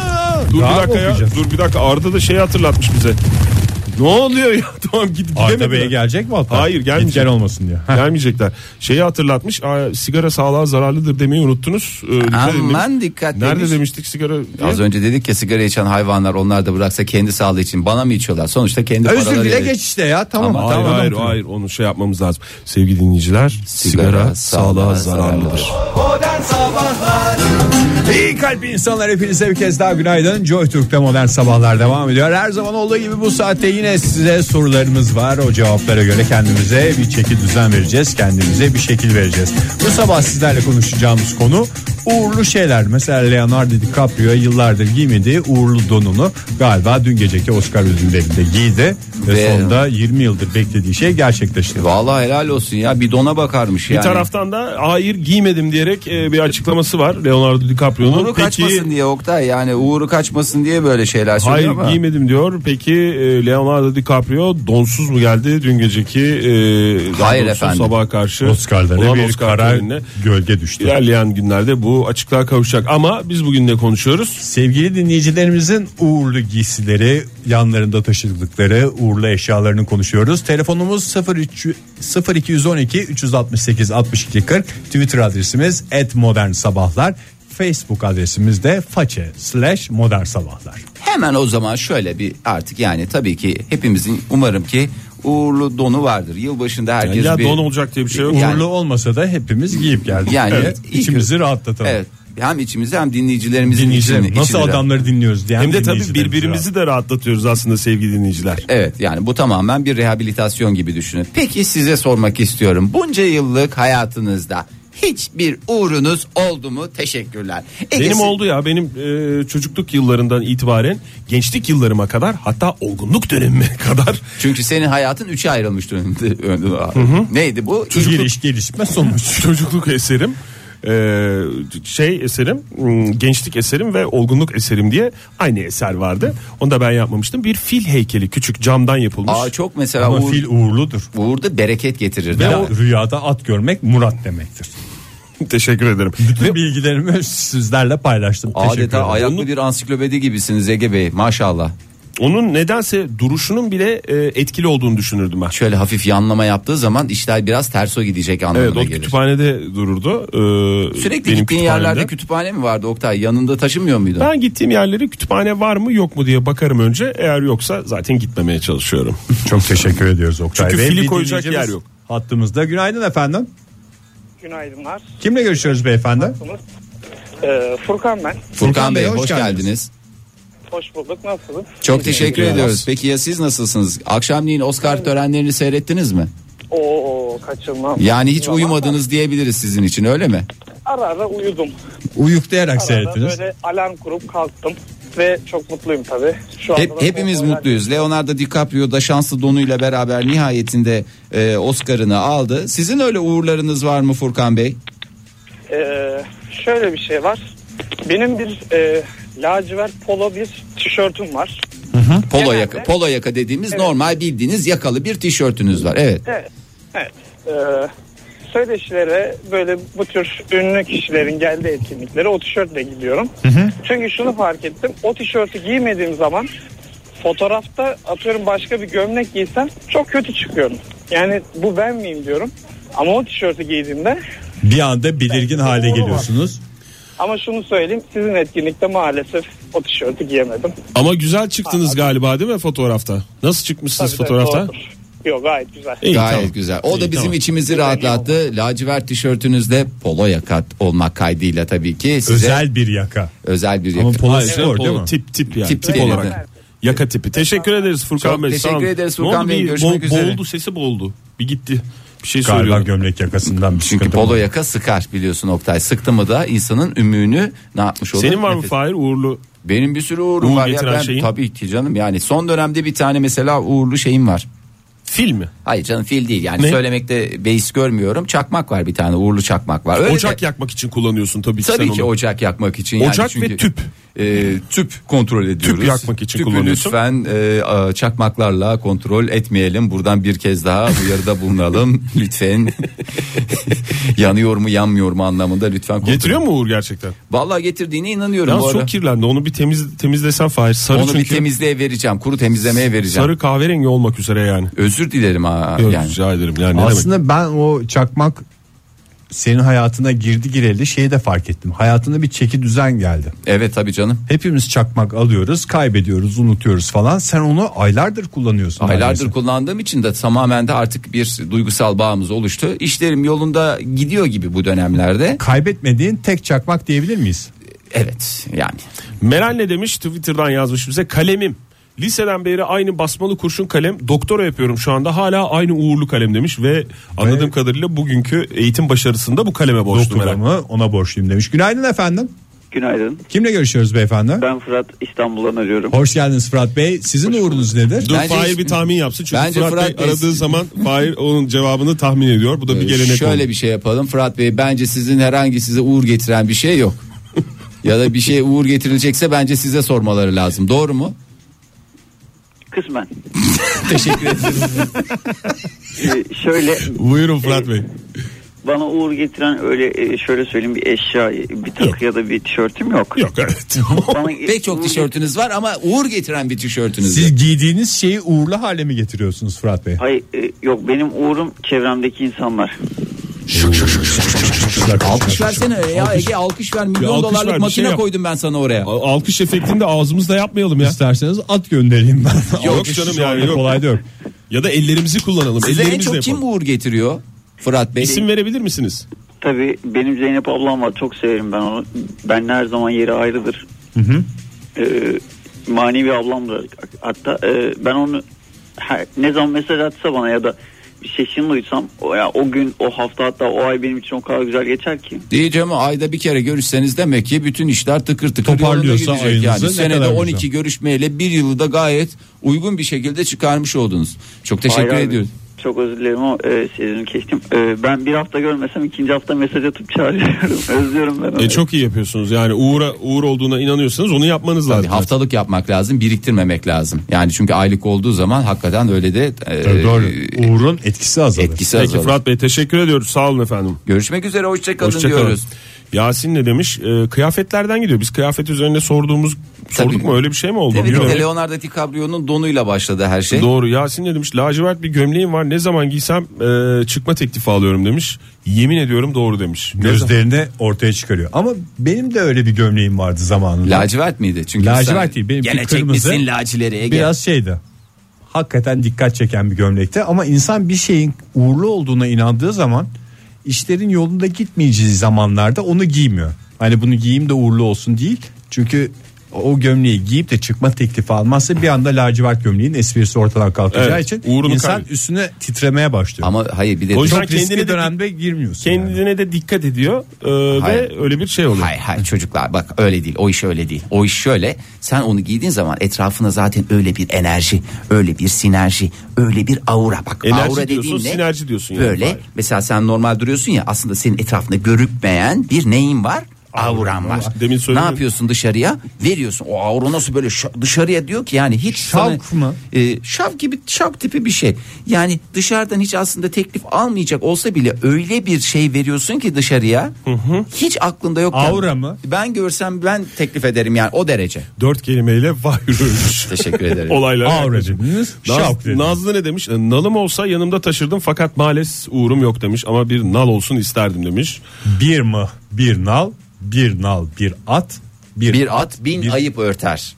dakika. Arda da şeyi hatırlatmış bize. Ne oluyor ya? Tamam Arda Bey'e gelecek mi hatta? Hayır, gelmeyecek. Gel olmasın diye. Gelmeyecekler. Şeyi hatırlatmış. Sigara sağlığa zararlıdır demeyi unuttunuz. Aman dikkat demiş. Nerede demiştik sigara diye? Az önce dedik ya, sigara içen hayvanlar, onlar da bıraksa kendi sağlığı için bana mı içiyorlar? Sonuçta kendi paraları. Özür dile geç işte ya, tamam. Hayır, onu şey yapmamız lazım. Sevgili dinleyiciler, sigara sağlığa zararlıdır. Modern Sabahlar. İyi kalpli insanlar, hepinize bir kez daha günaydın. Joy Türk'te Modern Sabahlar devam ediyor. Her zaman olduğu gibi bu saatte yine size sorularımız var. O cevaplara göre kendimize bir çeki düzen vereceğiz. Kendimize bir şekil vereceğiz. Bu sabah sizlerle konuşacağımız konu uğurlu şeyler. Mesela Leonardo DiCaprio yıllardır giymediği uğurlu donunu galiba dün geceki Oscar ödüllerinde giydi. Ve sonunda 20 yıldır beklediği şey gerçekleşti. Vallahi helal olsun ya, bir dona bakarmış yani. Bir taraftan da hayır giymedim diyerek bir açıklaması var Leonardo DiCaprio'nun. Uğuru kaçmasın diye Oktay, yani uğuru kaçmasın diye böyle şeyler söylüyor ama. Hayır, giymedim diyor. Peki Leonardo DiCaprio donsuz mu geldi dün geceki? Hayır efendim. Sabaha karşı Oscar'da bir kara gölge düştü. İlerleyen günlerde bu açıklığa kavuşacak ama biz bugün ne konuşuyoruz? Sevgili dinleyicilerimizin uğurlu giysileri, yanlarında taşıdıkları uğurlu eşyalarını konuşuyoruz. Telefonumuz 0212 368 62 40. Twitter adresimiz @modernsabahlar. Facebook adresimiz de @modernsabahlar. Hemen o zaman şöyle bir artık, yani tabii ki hepimizin umarım ki uğurlu donu vardır. Yılbaşında herkes ya bir don olacak diye bir şey yok. Uğurlu Yani- olmasa da hepimiz giyip geldik. Yani evet, içimizi rahatlatalım. Evet. Hem içimizi hem dinleyicilerimizin Dinleyicilerim nasıl içini de- adamları dinliyoruz diye. Hem de tabii birbirimizi de rahatlatıyoruz aslında sevgili dinleyiciler. Evet, yani bu tamamen bir rehabilitasyon gibi düşünün. Peki size sormak istiyorum. Bunca yıllık hayatınızda hiçbir uğrunuz oldu mu? Teşekkürler. Benim oldu ya, benim çocukluk yıllarından itibaren gençlik yıllarıma kadar, hatta olgunluk dönemime kadar. Çünkü senin hayatın 3'e ayrılmış dönemde. Neydi bu? Giriş gelişme sonuç. Çocukluk eserim, eserim, gençlik eserim ve olgunluk eserim diye aynı eser vardı. Onu da ben yapmamıştım. Bir fil heykeli, küçük camdan yapılmış. Çok mesela Ama fil uğurludur. Uğur da bereket getirir. Ve rüyada at görmek murat demektir. Teşekkür ederim. Bütün bilgilerimi sizlerle paylaştım. Teşekkür Adeta ederim. ayaklı bir ansiklopedi gibisiniz Ege Bey, maşallah. Onun nedense duruşunun bile etkili olduğunu düşünürdüm ben. Şöyle hafif yanlama yaptığı zaman işler biraz terso gidecek anlamına Evet, o gelir. kütüphanede dururdu. Sürekli Benim gittiğin yerlerde kütüphane mi vardı Oktay? Yanında taşımıyor muydun? Ben gittiğim yerleri kütüphane var mı yok mu diye bakarım önce. Eğer yoksa zaten gitmemeye çalışıyorum. Çok teşekkür ediyoruz Oktay Çünkü Bey. fili Bir koyacak dinleyicimiz yer yok. Hattımızda. Günaydın efendim. Günaydınlar. Kimle görüşüyoruz beyefendi? Furkan ben. Furkan Bey, Bey, hoş hoş geldiniz. geldiniz. Hoş bulduk. Nasılsınız? Çok teşekkür ediyoruz. Peki ya siz nasılsınız? Akşamleyin Oscar törenlerini seyrettiniz mi? Oo, kaçırmam. Yani hiç Zaman uyumadınız diyebiliriz sizin için, öyle mi? Ara ara uyudum. Uyuklayarak Ara ara seyrettiniz. böyle alarm kurup kalktım. Ve çok mutluyum tabii. Şu anda da Hepimiz konvoylar- mutluyuz. Leonardo DiCaprio da şanslı donuyla beraber nihayetinde Oscar'ını aldı. Sizin öyle uğurlarınız var mı Furkan Bey? Şöyle bir şey var. Benim bir lacivert polo bir tişörtüm var. Polo Genelde- yaka, polo yaka dediğimiz Evet. normal bildiğiniz yakalı bir tişörtünüz var. Evet. Evet. Evet. Söyleşilere böyle bu tür ünlü kişilerin geldiği etkinliklere o tişörtle gidiyorum. Çünkü şunu fark ettim. O tişörtü giymediğim zaman fotoğrafta atıyorum başka bir gömlek giysem çok kötü çıkıyorum. Yani bu ben miyim diyorum. Ama o tişörtü giydiğimde, Bir anda belirgin hale geliyorsunuz. ama şunu söyleyeyim, sizin etkinlikte maalesef o tişörtü giyemedim. Ama güzel çıktınız galiba değil mi fotoğrafta? Nasıl çıkmışsınız Tabii, fotoğrafta? doğrudur. Yok, gayet güzel. İyi, Gayet tamam. güzel. O da İyi, bizim tamam. içimizi rahatlattı. Lacivert tişörtünüzde polo yaka olmak kaydıyla tabii ki size Özel bir yaka. özel bir Ama yaka. polo Hayır, spor değil mi? Tip yani. Tip Tip değil, olarak. evet. Yaka tipi. Teşekkür ederiz Furkan Çok Bey. teşekkür Sağ olun. ederiz Ne Furkan oldu? Bey, Bir görüşmek üzere. Boğuldu, sesi boğuldu. Bir gitti. Bir şey Galiba söylüyorum. gömlek yakasından bir Çünkü sıkıntı polo var. yaka sıkar, biliyorsun Oktay. Sıktı mı da insanın ümüğünü ne yapmış olur? Senin var mı Nefes- Fahir uğurlu? Benim bir sürü uğurum Uğur var ya, getiren ben şeyin? tabii ki canım, yani son dönemde bir tane mesela uğurlu şeyim var. Fil mi? Hayır canım, fil değil yani, Ne? söylemekte beis görmüyorum. Çakmak var, bir tane uğurlu çakmak var. Öyle Ocak de- yakmak için kullanıyorsun tabii ki sen Tabii ki onu. ocak yakmak için. Yani Ocak çünkü, ve tüp. Tüp kontrol ediyoruz. Tüp yakmak için Tüpü kullanıyorsun. lütfen çakmaklarla kontrol etmeyelim. Buradan bir kez daha uyarıda bulunalım. Lütfen yanıyor mu yanmıyor mu anlamında lütfen kontrol. Getiriyor mu Uğur gerçekten? Vallahi getirdiğine inanıyorum. Yalnız bu ara. çok kirlendi. Onu bir temizlesen Fahir. Sarı Onu bir çünkü. temizliğe vereceğim. Kuru temizlemeye vereceğim. Sarı kahverengi olmak üzere yani. Özür dilerim ha. Yok, Yani. rica ederim. Yani ne demek? Aslında ben o çakmak senin hayatına girdi gireli şeyi de fark ettim. Hayatına bir çeki düzen geldi. Evet tabii canım. Hepimiz çakmak alıyoruz, kaybediyoruz, unutuyoruz falan. Sen onu aylardır kullanıyorsun. Aylardır neredeyse. kullandığım için de tamamen de artık bir duygusal bağımız oluştu. İşlerim yolunda gidiyor gibi bu dönemlerde. Kaybetmediğin tek çakmak diyebilir miyiz? Evet yani. Meral ne demiş? Twitter'dan yazmış bize. Kalemim. Liseden beri aynı basmalı kurşun kalem. Doktora yapıyorum şu anda. Hala aynı uğurlu kalem demiş ve anladığım kadarıyla bugünkü eğitim başarısında bu kaleme borçlu Meral. Doktoramı ona borçluyum demiş. Günaydın efendim. Günaydın. Kimle görüşüyoruz beyefendi? Ben Fırat, İstanbul'dan arıyorum. Hoş geldiniz Fırat Bey. Sizin uğrunuz nedir? Dur Bence Fahir hiç- bir tahmin yapsın. Çünkü Bence Fırat Fırat Bey Bey- aradığı zaman Fahir onun cevabını tahmin ediyor. Bu da bir gelenek Şöyle oldu. bir şey yapalım Fırat Bey, bence sizin herhangi size uğur getiren bir şey yok. Ya da bir şey uğur getirilecekse bence size sormaları lazım. Doğru mu? Kısmen. Teşekkür ederim. Şöyle Buyurun Fırat Bey. bana uğur getiren öyle şöyle söyleyeyim bir eşya, bir takı ya da bir tişörtüm yok. Yok evet. Bana Pek çok tişörtünüz var ama uğur getiren bir tişörtünüz yok. Siz giydiğiniz şeyi uğurlu hale mi getiriyorsunuz Fırat Bey? Hayır, yok, benim uğurum çevremdeki insanlar. Alkış versene ya Ege, alkış ver. Milyon alkış dolarlık ver, bir makine şey yap. koydum ben sana oraya. Alkış efektini de ağzımızda yapmayalım ya. İsterseniz at göndereyim ben. Yok Alkış canım şu yani, anda yok. kolay da yok. Ya da ellerimizi kullanalım. Size en Ellerimizle çok kim yapalım. uğur getiriyor Fırat Bey? İsim verebilir misiniz? Tabii benim Zeynep ablam var, çok severim ben onu. Ben her zaman yeri ayrıdır. Manevi ablamdır. Hatta ben onu ne zaman mesaj atsa bana ya da bir sesini duysam o gün, o hafta, hatta o ay benim için o kadar güzel geçer ki. Diyeceğim, ayda bir kere görüşseniz demek ki bütün işler tıkır tıkır Toparlıyorsa yolunda gidecek. ayınızı Yani ne senede kadar 12 güzel. görüşmeyle bir yılı da gayet uygun bir şekilde çıkarmış oldunuz. Çok teşekkür Hayır abi, ediyoruz. çok özür dilerim ama sözünü kestim. Ben bir hafta görmesem ikinci hafta mesaj atıp çağırıyorum. Özlüyorum ben onu. Çok iyi yapıyorsunuz. Yani uğur olduğuna inanıyorsanız onu yapmanız Tabii lazım. haftalık yapmak lazım, biriktirmemek lazım. Yani çünkü aylık olduğu zaman hakikaten öyle de Doğru. Uğur'un etkisi azalır. etkisi Peki azalır. Fırat Bey teşekkür ediyoruz. Sağ olun efendim. Görüşmek üzere, hoşçakalın Hoşçakalın. diyoruz. Yasin ne demiş? Kıyafetlerden gidiyor. Biz kıyafet üzerine sorduk mu? Öyle bir şey mi oldu? Tabii Bilmiyorum. de Leonardo DiCaprio'nun donuyla başladı her şey. Doğru. Yasin ne demiş? Lacivert bir gömleğim var. Ne zaman giysem çıkma teklifi alıyorum demiş. Yemin ediyorum doğru demiş. Gözlerini ortaya çıkarıyor. Ama benim de öyle bir gömleğim vardı zamanında. Lacivert miydi? Çünkü Lacivert sen değil, benimki gene kırmızı. çekmişsin lacileri Ege. Biraz şeydi. Hakikaten dikkat çeken bir gömlekti. Ama insan bir şeyin uğurlu olduğuna inandığı zaman işlerin yolunda gitmeyeceği zamanlarda onu giymiyor. Hani bunu giyeyim de uğurlu olsun değil. Çünkü o gömleği giyip de çıkma teklifi almazsa bir anda lacivert gömleğin esprisi ortadan kalkacağı Evet, için uğrunu insan kaybediyor. üstüne titremeye başlıyor. Ama hayır, bir de O yüzden çok riskli kendine de- dönemde girmiyorsun. yani. Kendine de dikkat ediyor Hayır. ve öyle bir şey oluyor. Hayır çocuklar, bak öyle değil, o iş öyle değil. O iş şöyle, sen onu giydiğin zaman etrafına zaten öyle bir enerji, öyle bir sinerji, öyle bir aura. Bak Enerji aura diyorsun, dediğin ne? sinerji diyorsun yani. Böyle Hayır. mesela sen normal duruyorsun ya, aslında senin etrafında görükmeyen bir neyin var? Auran var. Demin Ne söyledim. yapıyorsun dışarıya? Veriyorsun. O aura nasıl böyle dışarıya diyor ki, yani hiç Şavk mı? Şavk tipi bir şey. Yani dışarıdan hiç aslında teklif almayacak olsa bile öyle bir şey veriyorsun ki dışarıya. Hiç aklında yok. Aura mı? Ben görsem ben teklif ederim yani, o derece. 4 kelimeyle yürümüş. Teşekkür ederim. Olaylara Aura yaklaşım. dediniz, şavk dediniz. Nazlı ne demiş? Nalım olsa yanımda taşırdım fakat maalesef uğurum yok demiş. Ama bir nal olsun isterdim demiş. Bir mıh, bir nal, bir nal, bir at, Bir at bin ayıp örter.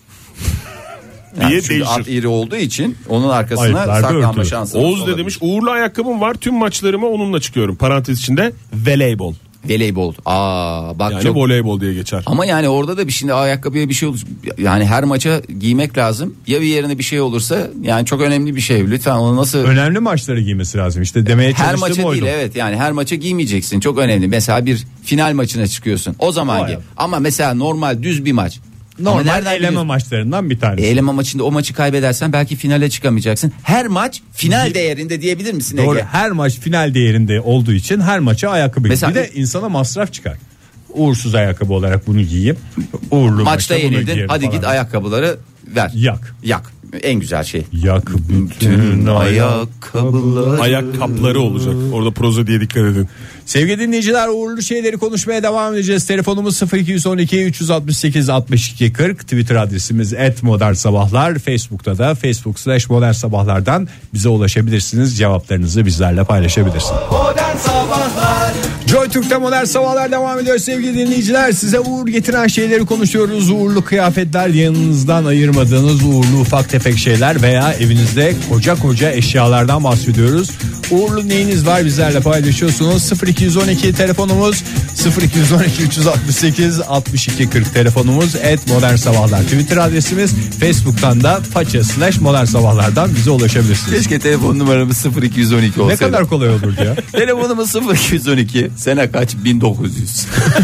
Yani Diye çünkü değişir. at iri olduğu için onun arkasına Ayıplar da saklanma örtülür. şansı. Oğuz da olabilir. demiş uğurlu ayakkabım var, tüm maçlarıma onunla çıkıyorum. Parantez içinde voleybol. Voleybol. Bak Yani çok. voleybol diye geçer. Ama yani orada da bir şimdi ayakkabıya bir şey olur. Yani her maça giymek lazım. Ya bir yerine bir şey olursa, yani çok önemli bir şey. Lütfen onu nasıl Önemli maçları giymesi lazım. İşte demeye her çalıştığım maça oydu. değil, evet, yani her maça giymeyeceksin, çok önemli. Mesela bir final maçına çıkıyorsun, o zaman O giy. yap. Ama mesela normal düz bir maç. Ama Normal nereden eleme biliyorsun? maçlarından bir tanesi. Eleme maçında o maçı kaybedersen belki finale çıkamayacaksın. Her maç final değerinde diyebilir misin Ege? Doğru, her maç final değerinde olduğu için her maça ayakkabı. Mesela- Bir de insana masraf çıkar. Uğursuz ayakkabı olarak bunu giyeyim. Uğurlu Maçta maçta bunu yenildin, giyerim hadi falan. git ayakkabıları ver. Yak. Yak. En güzel şey. Yak bütün ayakkabıları. Ayakkabıları olacak. Orada proza diye dikkat edin. Sevgili dinleyiciler, uğurlu şeyleri konuşmaya devam edeceğiz. Telefonumuz 0212 368 62 40. Twitter adresimiz @modernsabahlar. Facebook'ta da facebook.com/modernsabahlardan bize ulaşabilirsiniz. Cevaplarınızı bizlerle paylaşabilirsiniz. Modern Sabahlar Joy Türk'te Modern Sabahlar devam ediyor sevgili dinleyiciler. Size uğur getiren şeyleri konuşuyoruz. Uğurlu kıyafetler, yanınızdan ayırmadığınız uğurlu ufak tefek şeyler veya evinizde koca eşyalardan bahsediyoruz. Uğurlu neyiniz var, bizlerle paylaşıyorsunuz. 0212 telefonumuz, 0212 368 62 40 telefonumuz, @modern sabahlar Twitter adresimiz, Facebook'tan da /modern sabahlardan bize ulaşabilirsiniz. Keşke telefon numaramız 0212 olsaydı. Ne kadar kolay olurdu ya. Telefonumuz 0212 Sene kaç? 1900.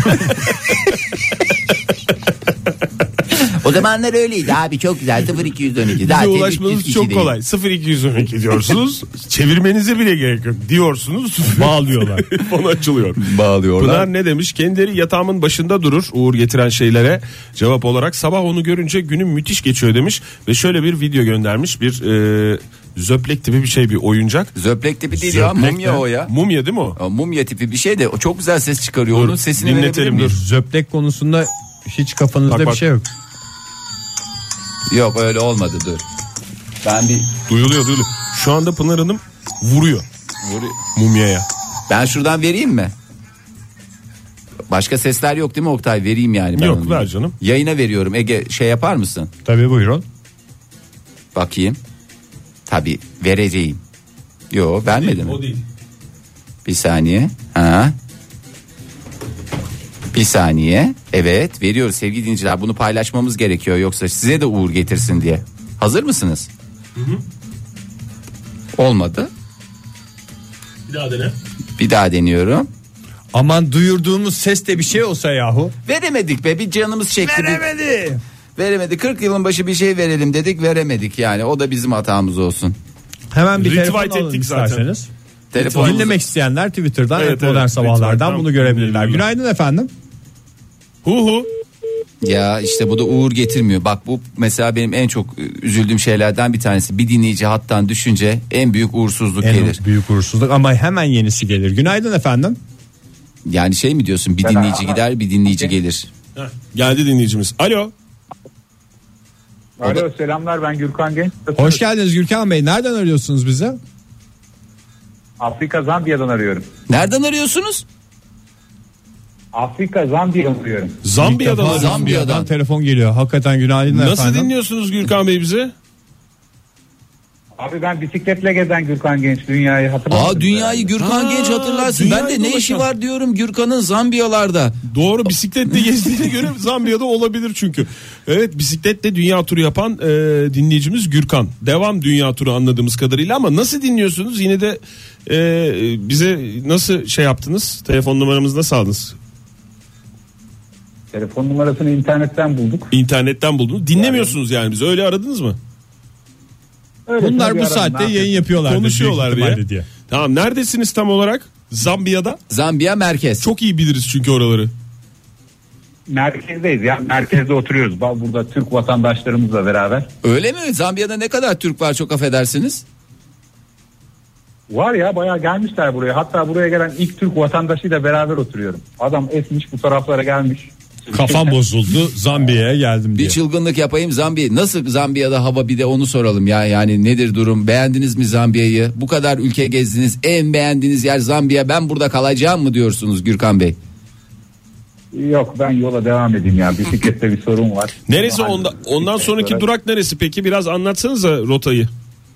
O zamanlar öyleydi abi, çok güzel. 0212. Bize ulaşmanız çok kolay. 0212 diyorsunuz. Çevirmenize bile gerek yok diyorsunuz. Bağlıyorlar. Fon açılıyor. Bağlıyorlar. Pınar ne demiş? Kendileri yatağımın başında durur uğur getiren şeylere. Cevap olarak sabah onu görünce günüm müthiş geçiyor demiş. Ve şöyle bir video göndermiş. Bir zöplek tipi bir şey, bir oyuncak. Zöplek tipi değil ya, mumya o ya. Mumya değil mi o? Mumya tipi bir şey de o çok güzel ses çıkarıyor. Onun sesini dinletelim, dur. Zöplek konusunda hiç kafanızda bak. bir şey yok. Yok öyle olmadı, dur. Ben bir Duyuluyor. Şu anda Pınar Hanım vuruyor mumyaya. Ben şuradan vereyim mi? Başka sesler yok değil mi Oktay? Vereyim yani. Ben yok onu. Ver canım. Yayına veriyorum. Ege şey yapar mısın? Tabii buyurun. Bakayım. Tabii vereceğim. Yok vermedim mi? O değil. Bir saniye. Ha. Bir saniye. Evet veriyoruz sevgili dinleyiciler. Bunu paylaşmamız gerekiyor. Yoksa size de uğur getirsin diye. Hazır mısınız? Hı. Olmadı. Bir daha dene. Bir daha deniyorum. Aman duyurduğumuz ses de bir şey olsa yahu. Veremedik be, bir canımız çekti. Veremedi. 40 yılın başı bir şey verelim dedik, veremedik yani. O da bizim hatamız olsun. Hemen bir Retweet telefon alın ettik isterseniz. Telefonumuzu- Dinlemek isteyenler Twitter'dan Evet, Modern evet, Sabahlar'dan Twitter'dan bunu görebilirler. görebilirler. Günaydın efendim. Hu. Ya işte bu da uğur getirmiyor. Bak bu mesela benim en çok üzüldüğüm şeylerden bir tanesi. Bir dinleyici hattan düşünce en büyük uğursuzluk gelir. En büyük uğursuzluk ama hemen yenisi gelir. Günaydın efendim. Yani şey mi diyorsun, bir dinleyici gider bir dinleyici gelir. Geldi dinleyicimiz. Alo. Alo selamlar, ben Gürkan Genç. Hoş geldiniz Gürkan Bey. Nereden arıyorsunuz bizi? Afrika Zambiya'dan arıyorum. Nereden arıyorsunuz? Afrika Zambiya'dan arıyorum. Zambiya'dan. İlk defa Zambiya'dan telefon geliyor. Hakikaten günaydın Nasıl efendim. dinliyorsunuz Gürkan Bey bizi? Abi ben bisikletle gezen Gürkan Genç, dünyayı hatırlamıyorum. Dünyayı Gürkan Genç hatırlarsın. Ben de dünyayı ne işi dolaşan. var diyorum Gürkan'ın Zambiyalarda. Doğru, bisikletle gezdiğine göre Zambiya'da olabilir çünkü. Evet, bisikletle dünya turu yapan dinleyicimiz Gürkan. Devam dünya turu anladığımız kadarıyla, ama nasıl dinliyorsunuz? Yine de bize nasıl şey yaptınız? Telefon numaramızı nasıl aldınız? Telefon numarasını internetten bulduk. İnternetten buldunuz. Dinlemiyorsunuz yani bizi, öyle aradınız mı? Öyle Bunlar bir bu aradım, saatte ne yayın yapıyorlar. Konuşuyorlar diye. Tamam, neredesiniz tam olarak? Zambiya'da. Zambiya merkez. Çok iyi biliriz çünkü oraları. Merkezdeyiz ya, merkezde oturuyoruz. Burada Türk vatandaşlarımızla beraber. Öyle mi? Zambiya'da ne kadar Türk var, çok affedersiniz? Var ya, bayağı gelmişler buraya. Hatta buraya gelen ilk Türk vatandaşıyla beraber oturuyorum. Adam esmiş, bu taraflara gelmiş. Kafam bozuldu. Zambiya'ya geldim diye. Bir çılgınlık yapayım, Zambiya. Nasıl Zambiya'da hava, bir de onu soralım ya. Yani nedir durum? Beğendiniz mi Zambiya'yı? Bu kadar ülke gezdiniz. En beğendiğiniz yer Zambiya. Ben burada kalacağım mı diyorsunuz Gürkan Bey? Yok, ben yola devam edeyim ya. Bisiklette bir sorun var. Neresi ondan sonraki durak neresi peki? Biraz anlatsanıza rotayı.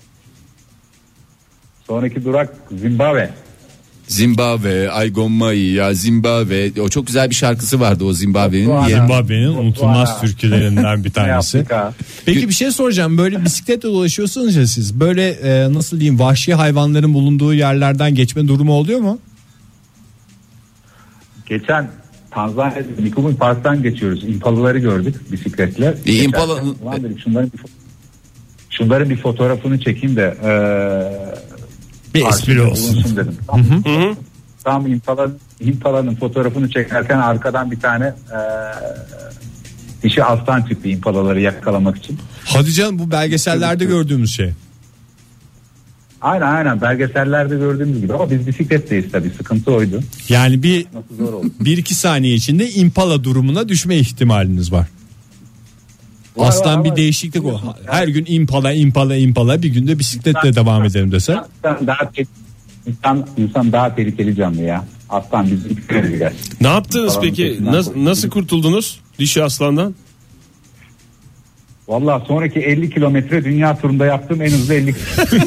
Sonraki durak Zimbabwe. Zimbabwe, ay gommayı ya Zimbabwe. O çok güzel bir şarkısı vardı o Zimbabwe'nin. Zimbabwe'nin unutulmaz türkülerinden bir tanesi. Afrika. Peki bir şey soracağım. Böyle bisikletle dolaşıyorsunuz ya siz. Böyle nasıl diyeyim, vahşi hayvanların bulunduğu yerlerden geçme durumu oluyor mu? Geçen Tanzanya'da Mikumi Park'tan geçiyoruz. İmpalıları gördük bisikletle. İmpala'nın... Ulan dedik, şunların bir fotoğrafını çekeyim de Bir espri olsun. bulunsun dedim. Tam İmpala'nın fotoğrafını çekerken arkadan bir tane dişi aslan çıktı İmpalaları yakalamak için. Hadi canım, bu belgesellerde gördüğümüz şey. Aynen belgesellerde gördüğümüz gibi, ama biz bisikletteyiz tabii, sıkıntı oydu. Yani bir Nasıl zor oldu. 1-2 saniye içinde impala durumuna düşme ihtimaliniz var. Aslan bir değişiklik o. Her gün impala bir günde bisikletle devam edelim dese. İnsan daha tehlikeli canlı ya. Aslan bizim biraz. Ne yaptınız peki? Nasıl kurtuldunuz dişi aslandan? Vallahi sonraki 50 kilometre dünya turunda yaptığım en hızlı 50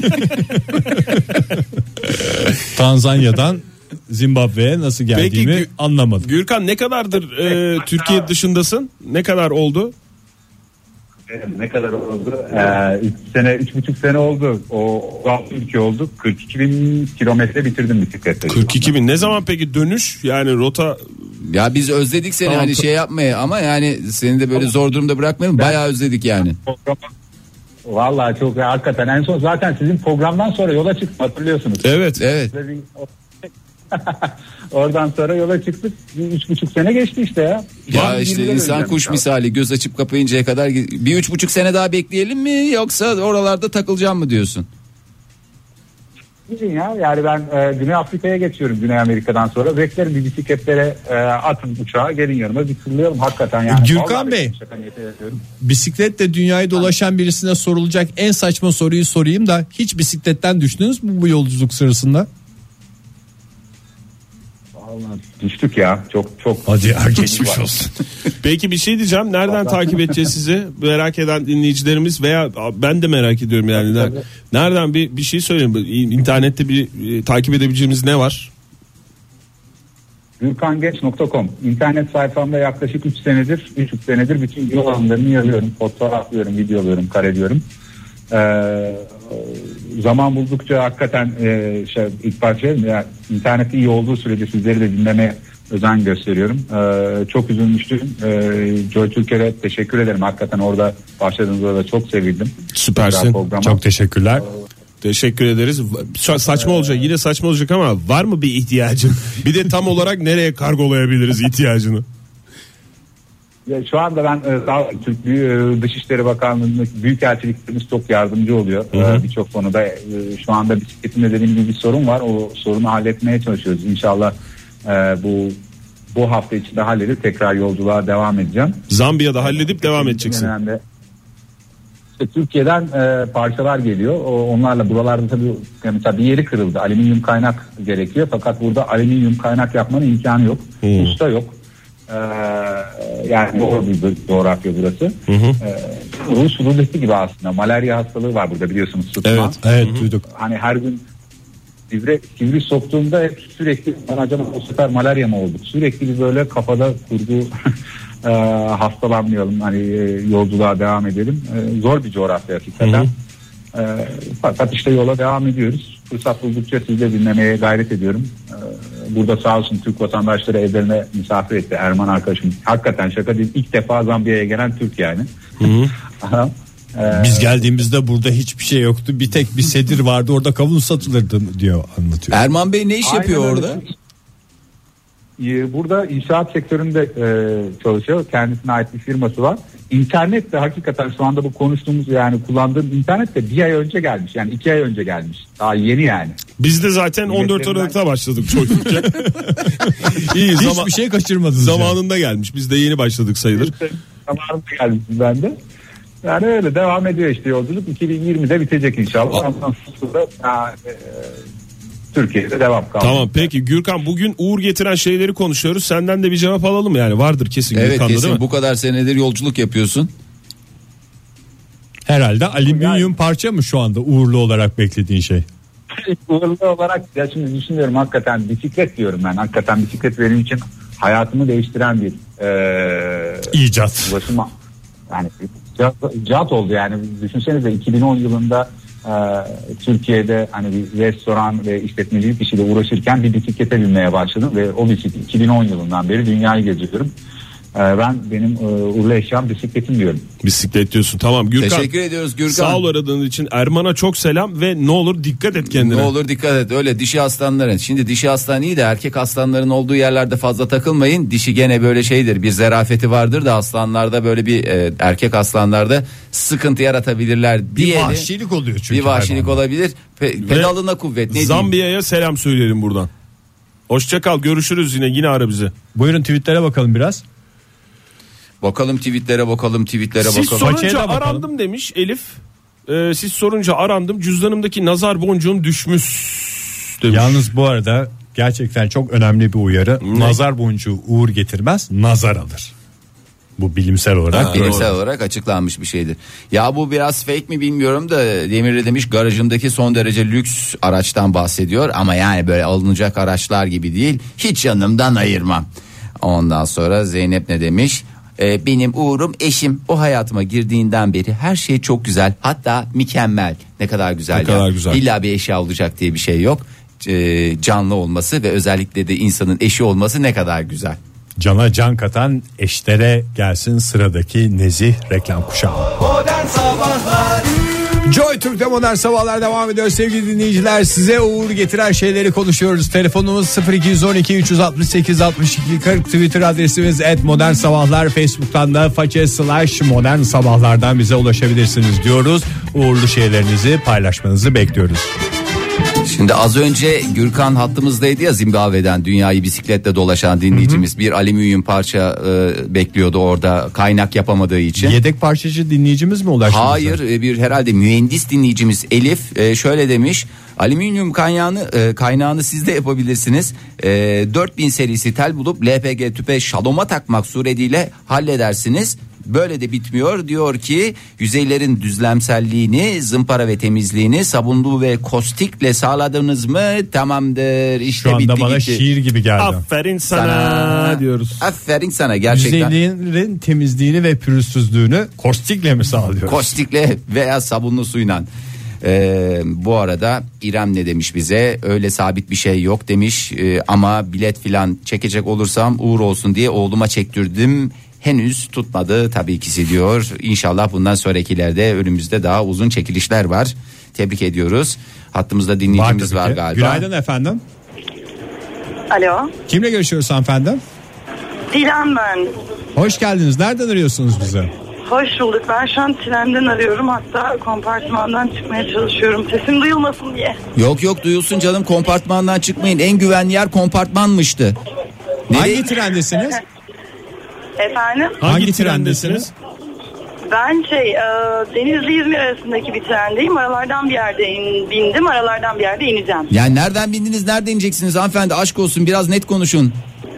Tanzanya'dan Zimbabwe'ye nasıl geldiğimi Peki, anlamadım. Gürkan, ne kadardır Türkiye dışındasın? Ne kadar oldu? Ne kadar oldu? 3,5 sene oldu. O ülke oldu. 42.000 kilometre bitirdim bisikletle. 42.000 ne zaman peki dönüş? Yani rota... Ya biz özledik seni hani şey yapmaya ama yani seni de böyle zor durumda bırakmayalım. Bayağı özledik yani. Vallahi çok hakikaten en son zaten sizin programdan sonra yola çıktık hatırlıyorsunuz. Evet. Oradan sonra yola çıktık. 3,5 sene geçti işte ya. Ya işte insan kuş misali göz açıp kapayıncaya kadar bir 3,5 sene daha bekleyelim mi yoksa oralarda takılacağım mı diyorsun? Ya yani ben Güney Afrika'ya geçiyorum Güney Amerika'dan sonra. Beklerim bir bisikletlere atın uçağa gelin yanıma bir fırlayalım hakikaten yani. Gürkan Bey, bisikletle dünyayı dolaşan birisine sorulacak en saçma soruyu sorayım da hiç bisikletten düştünüz mü bu yolculuk sırasında? Vallahi düştük ya çok. Hadi ya geçmiş olsun. Peki bir şey diyeceğim. Nereden takip edeceğiz sizi? Merak eden dinleyicilerimiz veya ben de merak ediyorum yani. Nereden bir şey söyleyeyim. İnternette bir takip edebileceğimiz ne var? Gürkangenç.com İnternet sayfamda yaklaşık 3 senedir bütün yol alanlarını yazıyorum. Fotoğraflıyorum, videoluyorum, kareliyorum. Zaman buldukça hakikaten ilk başta ya, internet iyi olduğu sürece sizleri de dinlemeye özen gösteriyorum. Çok üzülmüştüm. Joy Türkiye'ye teşekkür ederim. Hakikaten orada başladığınızda da çok sevindim. Süpersin. Çok teşekkürler. Teşekkür ederiz. Saçma olacak yine saçma olacak ama var mı bir ihtiyacın? Bir de tam olarak nereye kargolayabiliriz ihtiyacını? Ya şu anda ben Türk Dışişleri Bakanlığı'ndaki büyükelçiliklerimiz çok yardımcı oluyor birçok konuda. Şu anda bisikletimde dediğim gibi bir sorun var. O sorunu halletmeye çalışıyoruz. İnşallah bu hafta içinde halledip tekrar yolculuğa devam edeceğim. Zambiya'da halledip devam edeceksin. İşte Türkiye'den parçalar geliyor. Onlarla buralarda tabii mesela bir yeri kırıldı. Alüminyum kaynak gerekiyor. Fakat burada alüminyum kaynak yapmanın imkanı yok. Usta yok. Yani doğru bir coğrafya burası. Rus ruleti gibi aslında. Malaria hastalığı var burada biliyorsunuz. Sıtma. Evet duyduk. Hani her gün sivri soktuğumda hep sürekli acaba o sefer malaria mı olduk? Sürekli bir böyle kafada kurgu hastalanmayalım. Hani yolculuğa devam edelim. Zor bir coğrafya hakikaten. Fakat işte yola devam ediyoruz. Fırsat buldukça sizi de dinlemeye gayret ediyorum. Burada sağ olsun Türk vatandaşları evlerine misafir etti. Erman arkadaşım. Hakikaten şaka değil. İlk defa Zambiya'ya gelen Türk yani. Biz geldiğimizde burada hiçbir şey yoktu. Bir tek bir sedir vardı. Orada kavun satılırdı diyor anlatıyor. Erman Bey ne iş yapıyor orada? Burada inşaat sektöründe çalışıyor. Kendisine ait bir firması var. İnternet de hakikaten şu anda bu konuştuğumuz yani kullandığım internet de bir ay önce gelmiş. Yani 2 ay önce gelmiş. Daha yeni yani. Biz de zaten 14 Aralık'ta başladık çocukken. İyi, hiçbir şey kaçırmadınız. Zamanında gelmiş. Biz de yeni başladık sayılır. Zamanında gelmiş ben de. Yani öyle devam ediyor işte yolculuk. 2020'de bitecek inşallah. Ondan sonra Türkiye'de devam kaldı. Tamam peki Gürkan bugün uğur getiren şeyleri konuşuyoruz. Senden de bir cevap alalım yani vardır kesin evet, Gürkan'da kesin. Değil mi? Bu kadar senedir yolculuk yapıyorsun. Herhalde alüminyum parça mı şu anda uğurlu olarak beklediğin şey? Uğurlu olarak ya şimdi düşünüyorum hakikaten bisiklet diyorum ben. Hakikaten bisiklet benim için hayatımı değiştiren bir icat. Ulaşıma yani icat oldu yani. Düşünsenize 2010 yılında Türkiye'de hani bir restoran ve işletmecilik işiyle uğraşırken bir bisiklete binmeye başladım ve o bisiklet 2010 yılından beri dünyayı geziyorum. Benim uğurlu eşyam bisikletim diyorum. Bisiklet diyorsun tamam Gürkan. Teşekkür ediyoruz Gürkan. Sağ ol aradığın için. Erman'a çok selam ve ne olur dikkat et kendine. Ne olur dikkat et öyle dişi aslanların. Şimdi dişi aslan iyi de erkek aslanların olduğu yerlerde fazla takılmayın. Dişi gene böyle şeydir bir zerafeti vardır da aslanlarda böyle bir erkek aslanlarda sıkıntı yaratabilirler diye. Bir vahşilik oluyor çünkü. Bir vahşilik olabilir. Pedalına kuvvet. Zambiya'ya selam söyleyelim buradan. Hoşçakal görüşürüz yine ara bizi. Buyurun tweetlere bakalım biraz. Bakalım tweetlere bakalım. Siz sorunca arandım demiş Elif. Siz sorunca arandım cüzdanımdaki nazar boncuğum düşmüş demiş. Yalnız bu arada gerçekten çok önemli bir uyarı. Nazar boncuğu uğur getirmez, nazar alır. Bu bilimsel olarak. Bilimsel olarak açıklanmış bir şeydir. Ya bu biraz fake mi bilmiyorum da Demirli demiş garajımdaki son derece lüks araçtan bahsediyor. Ama yani böyle alınacak araçlar gibi değil. Hiç yanımdan ayırmam. Ondan sonra Zeynep ne demiş? Benim uğurum eşim. O hayatıma girdiğinden beri her şey çok güzel. Hatta mükemmel. Ne kadar güzel. Ne kadar güzel. İlla bir eşya olacak diye bir şey yok. Canlı olması ve özellikle de insanın eşi olması ne kadar güzel. Cana can katan eşlere gelsin sıradaki nezih reklam kuşağı. Modern Sabahlar. Joy Türk'te modern sabahlar devam ediyor sevgili dinleyiciler. Size uğur getiren şeyleri konuşuyoruz. Telefonumuz 0212 368 62 40. Twitter adresimiz @modernsabahlar. Facebook'tan da /modern sabahlardan bize ulaşabilirsiniz diyoruz. Uğurlu şeylerinizi paylaşmanızı bekliyoruz. Şimdi az önce Gürkan hattımızdaydı ya, Zimbabwe'den dünyayı bisikletle dolaşan dinleyicimiz. Bir alüminyum parça bekliyordu orada, kaynak yapamadığı için. Yedek parçacı dinleyicimiz mi ulaştı? Hayır, bir herhalde mühendis dinleyicimiz Elif şöyle demiş: alüminyum kaynağını siz de yapabilirsiniz. 4000 serisi tel bulup LPG tüpe şaloma takmak suretiyle halledersiniz. Böyle de bitmiyor, diyor ki yüzeylerin düzlemselliğini, zımpara ve temizliğini sabunlu ve kostikle sağladınız mı tamamdır. İşte şu anda bitti bana gitti. şiir gibi geldi. Aferin sana diyoruz. Aferin sana gerçekten. Yüzeylerin temizliğini ve pürüzsüzlüğünü kostikle mi sağlıyoruz? Kostikle veya sabunlu suyla. Bu arada İrem ne demiş bize? Öyle sabit bir şey yok demiş. Ama bilet filan çekecek olursam uğur olsun diye oğluma çektirdim. Henüz tutmadı tabii ki diyor. İnşallah bundan sonrakilerde önümüzde daha uzun çekilişler var. Tebrik ediyoruz. Hattımızda dinleyicimiz var galiba. Günaydın efendim. Alo. Kimle görüşüyoruz hanımefendi? Dilan ben. Hoş geldiniz. Nereden arıyorsunuz bize? Hoş bulduk. Ben şu an trenden arıyorum. Hatta kompartmandan çıkmaya çalışıyorum. Sesim duyulmasın diye. Yok duyulsun canım, kompartmandan çıkmayın. En güvenli yer kompartmanmıştı. Hangi trendesiniz? Efendim? Hangi trendesiniz? Ben Denizli İzmir arasındaki bir trendeyim. Aralardan bir yerde bindim. Aralardan bir yerde ineceğim. Yani nereden bindiniz, nerede ineceksiniz hanımefendi? Aşk olsun, biraz net konuşun.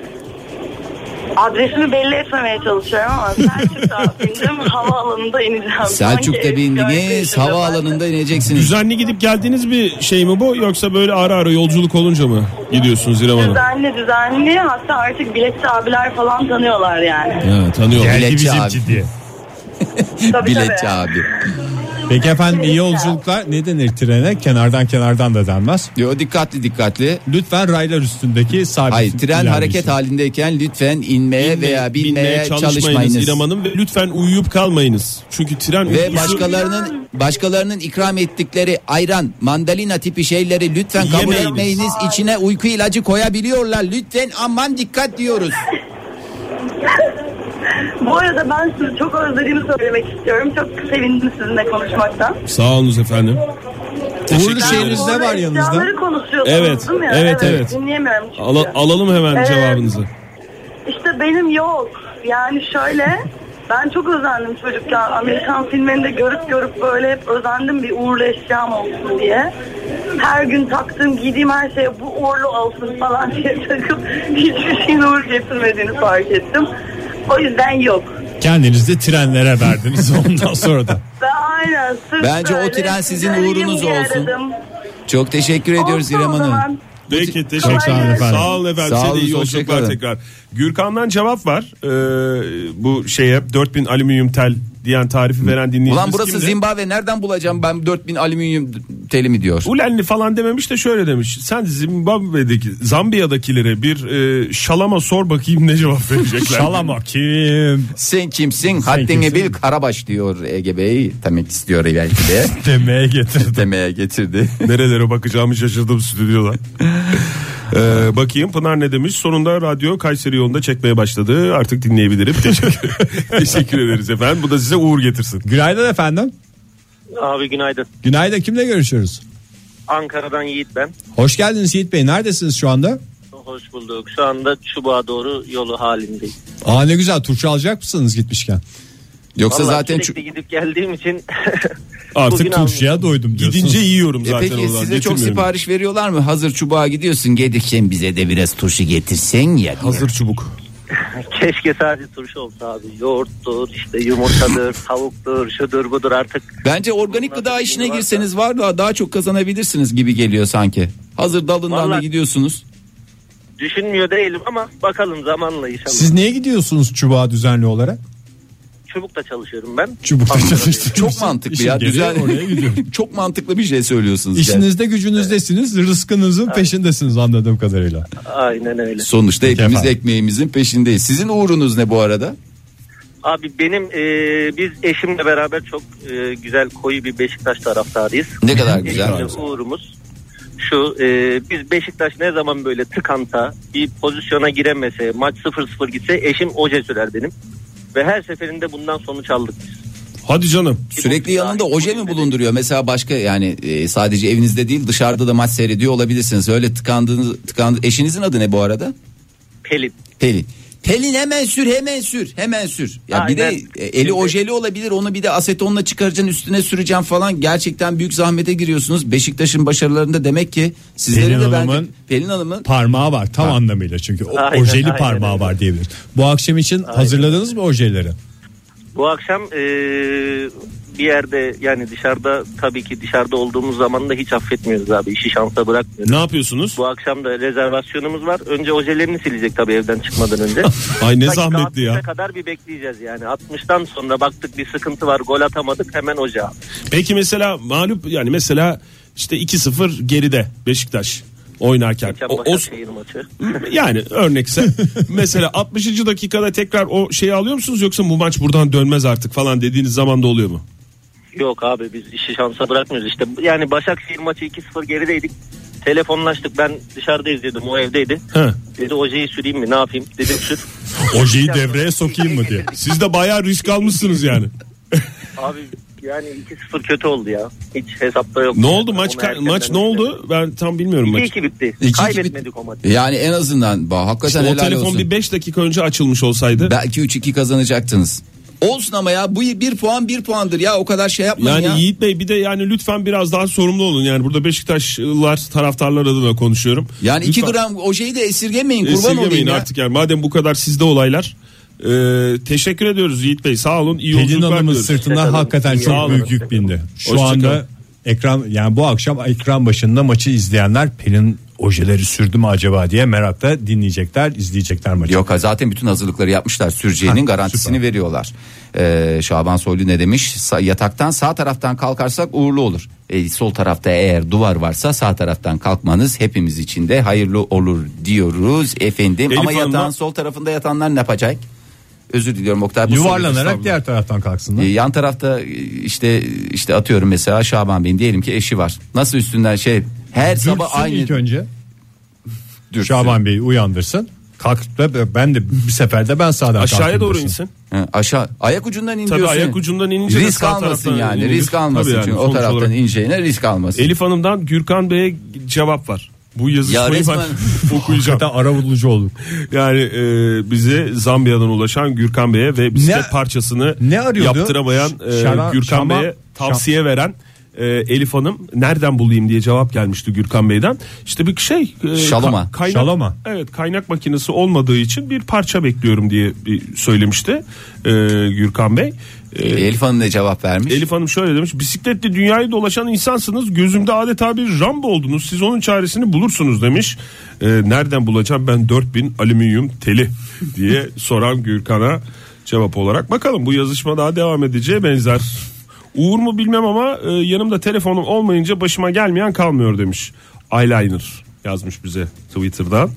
Adresimi belli etmemeye çalışıyorum ama Selçuk'ta bindim. Havaalanında ineceğim. Selçuk'ta bindiniz, havaalanında ineceksiniz. Düzenli gidip geldiğiniz bir şey mi bu, yoksa böyle ara ara yolculuk olunca mı gidiyorsunuz İrem Hanım? Düzenli. Hatta artık biletçi abiler falan tanıyorlar yani. Evet, tanıyorlar. Geldi Biletçi abi. bizimki diye. Biletçi abi. Peki efendim, iyi yolculuklar. Ne denir trene? Kenardan da denmez. Yo, dikkatli. Lütfen raylar üstündeki sabit. Hayır, tren ilerleyin. hareket halindeyken lütfen inmeye veya binmeye çalışmayınız. İrem Hanım, ve lütfen uyuyup kalmayınız. Çünkü tren Ve başkalarının ikram ettikleri ayran, mandalina tipi şeyleri lütfen kabul Yemeyiniz. etmeyiniz. İçine uyku ilacı koyabiliyorlar. Lütfen aman dikkat diyoruz. Bu arada ben sizi çok özlediğimi söylemek istiyorum. Çok sevindim sizinle konuşmaktan. Sağ olunuz efendim. Uğurlu şeyiniz ne var yanınızda? Eşyaları konuşuyorsunuz Evet, değil mi? evet. Dinleyemiyorum çünkü. Alalım hemen cevabınızı. İşte benim yok. Yani şöyle, ben çok özendim çocukken. Amerikan filmlerinde görüp böyle hep özendim bir uğurlu eşyam olsun diye. Her gün taktığım, giydiğim her şeye bu uğurlu olsun falan diye takıp hiçbir şeyin uğur getirmediğini fark ettim. O yüzden yok. Kendinizi de trenlere verdiniz ondan sonra da. Aynen. Bence o tren sizin uğrunuz olsun. Çok teşekkür ediyoruz İrem Hanım. Peki, teşekkür Çok sağ olun efendim. Sağ olun efendim. Sağ Size de olun, iyi hoşça yolculuklar kalın. tekrar. Gürkan'dan cevap var. Bu şeye 4000 alüminyum tel diyen tarifi veren dinleyicimiz Ulan burası kimdi? Zimbabwe, nereden bulacağım ben 4000 alüminyum teli mi diyor. Ulenli falan dememiş de şöyle demiş. Sen Zambiya'dakilere bir şalama sor bakayım ne cevap verecekler. Şalama kim? Sen kimsin? Haddini kimsin? bil Karabaş diyor Ege Bey. Demek istiyor belki de. Demeye getirdim. Demeye getirdi. Nerelere bakacağımı şaşırdım stüdyoda. Bakayım Pınar ne demiş? Sonunda radyo Kayseri yolunda çekmeye başladı. Artık dinleyebilirim. Teşekkür ederiz efendim. Bu da size uğur getirsin. Günaydın efendim. Abi günaydın. Günaydın, kimle görüşüyoruz? Ankara'dan Yiğit ben. Hoş geldiniz Yiğit Bey. Neredesiniz şu anda? Hoş bulduk. Şu anda Çubuk'a doğru yolu halindeyim. Ne güzel, turşu alacak mısınız gitmişken? Yoksa Vallahi zaten sürekli gidip geldiğim için Artık bugün turşuya doydum diyorsunuz. Gidince yiyorum zaten peki oradan. size çok Getirmiyorum. sipariş veriyorlar mı? Hazır çubuğa gidiyorsun, gelirken bize de biraz turşu getirsen ya. Hazır çubuk. keşke sadece turşu olsa abi. Yoğurttur, işte yumurtadır, tavuktur, şudur budur artık. Bence organik gıda işine girseniz var da daha çok kazanabilirsiniz gibi geliyor sanki. Hazır dalından da Vallahi gidiyorsunuz. düşünmüyor değilim ama bakalım zamanla inşallah. Siz niye gidiyorsunuz çubuğa düzenli olarak? Çubuk'ta çalışıyorum ben. Çubukta çalıştım. Çok mantıklı ya. Güzel. Çok mantıklı bir şey söylüyorsunuz. İşinizde gücünüzdesiniz, rızkınızın peşindesiniz anladığım kadarıyla. Aynen öyle. Sonuçta hepimiz ekmeğimizin peşindeyiz. Sizin uğrunuz ne bu arada? Abi benim biz eşimle beraber çok güzel koyu bir Beşiktaş taraftarıyız. Ne kadar güzel. Eşimle uğrumuz şu, biz Beşiktaş ne zaman böyle tıkansa, bir pozisyona giremese, maç 0-0 gitse eşim oje sürer benim. Ve her seferinde bundan sonuç aldık biz. Hadi canım. Sürekli yanında oje mi bulunduruyor? Mesela başka yani sadece evinizde değil dışarıda da maç seyrediyor olabilirsiniz. Öyle tıkandı. Eşinizin adı ne bu arada? Pelin. Pelin hemen sür. Ya aynen. Bir de eli ojeli olabilir. Onu bir de asetonla çıkaracaksın, üstüne süreceksin falan. Gerçekten büyük zahmete giriyorsunuz. Beşiktaş'ın başarılarında demek ki sizlerin de bence Pelin Hanım'ın parmağı var tam anlamıyla çünkü ojeli parmağı var diyebiliriz. Bu akşam için hazırladınız mı ojeleri? Bu akşam bir yerde yani dışarıda, tabii ki dışarıda olduğumuz zaman da hiç affetmiyoruz abi. İşi şansa bırakmıyoruz. Ne yapıyorsunuz? Bu akşam da rezervasyonumuz var. Önce ojelerini silecek tabii evden çıkmadan önce. Ay ne zahmetli ya. 60'a kadar bir bekleyeceğiz yani. 60'tan sonra baktık bir sıkıntı var, gol atamadık, hemen oje abi. Peki mesela mağlup yani mesela işte 2-0 geride Beşiktaş oynarken Başakşehir maçı. Yani örnekse mesela 60. dakikada tekrar o şeyi alıyor musunuz, yoksa bu maç buradan dönmez artık falan dediğiniz zaman da oluyor mu? Yok abi, biz işi şansa bırakmıyoruz işte. Yani Başakşehir maçı 2-0 gerideydik. Telefonlaştık, ben dışarıda izliyordum, o evdeydi. Dedi ojeyi süreyim mi, ne yapayım, dedim sür. Ojeyi devreye sokayım mı diye. Siz de bayağı risk almışsınız yani. Abi yani 2-0 kötü oldu ya. Hiç hesapta yok. Ne oldu maç ne oldu? Ben tam bilmiyorum maçı. 2-2 bitti. 2-2 kaybetmedik o maçı. Yani en azından hakikaten işte helal olsun. O telefon bir 5 dakika önce açılmış olsaydı. Belki 3-2 kazanacaktınız. Olsun ama ya bu bir puandır ya, o kadar şey yapmayın yani ya. Yiğit Bey bir de yani lütfen biraz daha sorumlu olun. Yani burada Beşiktaşlılar taraftarlar adına konuşuyorum. Yani lütfen. 2 gram ojeyi de esirgemeyin, kurban olayım ya. Artık yani madem bu kadar sizde olaylar. Teşekkür ediyoruz Yiğit Bey, sağ olun. İyi Pelin Hanım'ın diliyoruz. sırtına hakikaten çok büyük yük bindi. Şu anda ekran, yani bu akşam ekran başında maçı izleyenler Pelin ojeleri sürdü mü acaba diye merakla dinleyecekler, izleyecekler maçı. Yok, zaten bütün hazırlıkları yapmışlar, süreceğinin garantisini süper. Veriyorlar. Şaban Soylu ne demiş? Yataktan sağ taraftan kalkarsak uğurlu olur. Sol tarafta eğer duvar varsa sağ taraftan kalkmanız hepimiz için de hayırlı olur diyoruz efendim. Elif ama yatağın sol tarafında yatanlar ne yapacak? Özür diliyorum Oktay. Yuvarlanarak diğer taraftan kalksınlar. Yan tarafta işte atıyorum mesela Şaban Bey'in diyelim ki eşi var. Nasıl üstünden her sabah aynı. İlk önce Şaban Bey'i uyandırsın. Kalkıp da ben de bir seferde ben sağdan aşağıya doğru insin. Aşağı ayak ucundan in tabii diyorsun. Ayak ucundan inince risk almasın yani. Risk almasın yani, çünkü o taraftan olarak ineceğine risk almasın. Elif Hanım'dan Gürkan Bey'e cevap var. Bu yazışmayı ben okuyacağım. Arabulucu olduk. Yani bize Zambiya'dan ulaşan Gürkan Bey'e ve bisiklet parçasını yaptıramayan Gürkan Bey'e tavsiye veren Elif Hanım nereden bulayım diye cevap gelmişti Gürkan Bey'den. İşte bir Şaloma. Şaloma. Evet, kaynak makinesi olmadığı için bir parça bekliyorum diye söylemişti Gürkan Bey. Elif Hanım ne cevap vermiş? Elif Hanım şöyle demiş: bisikletle dünyayı dolaşan insansınız, gözümde adeta bir Rambo oldunuz, siz onun çaresini bulursunuz demiş. Nereden bulacağım ben 4000 alüminyum teli diye soran Gürkan'a cevap olarak. Bakalım, bu yazışma daha devam edeceğe benzer. Uğur mu bilmem ama yanımda telefonum olmayınca başıma gelmeyen kalmıyor demiş. Eyeliner yazmış bize Twitter'dan.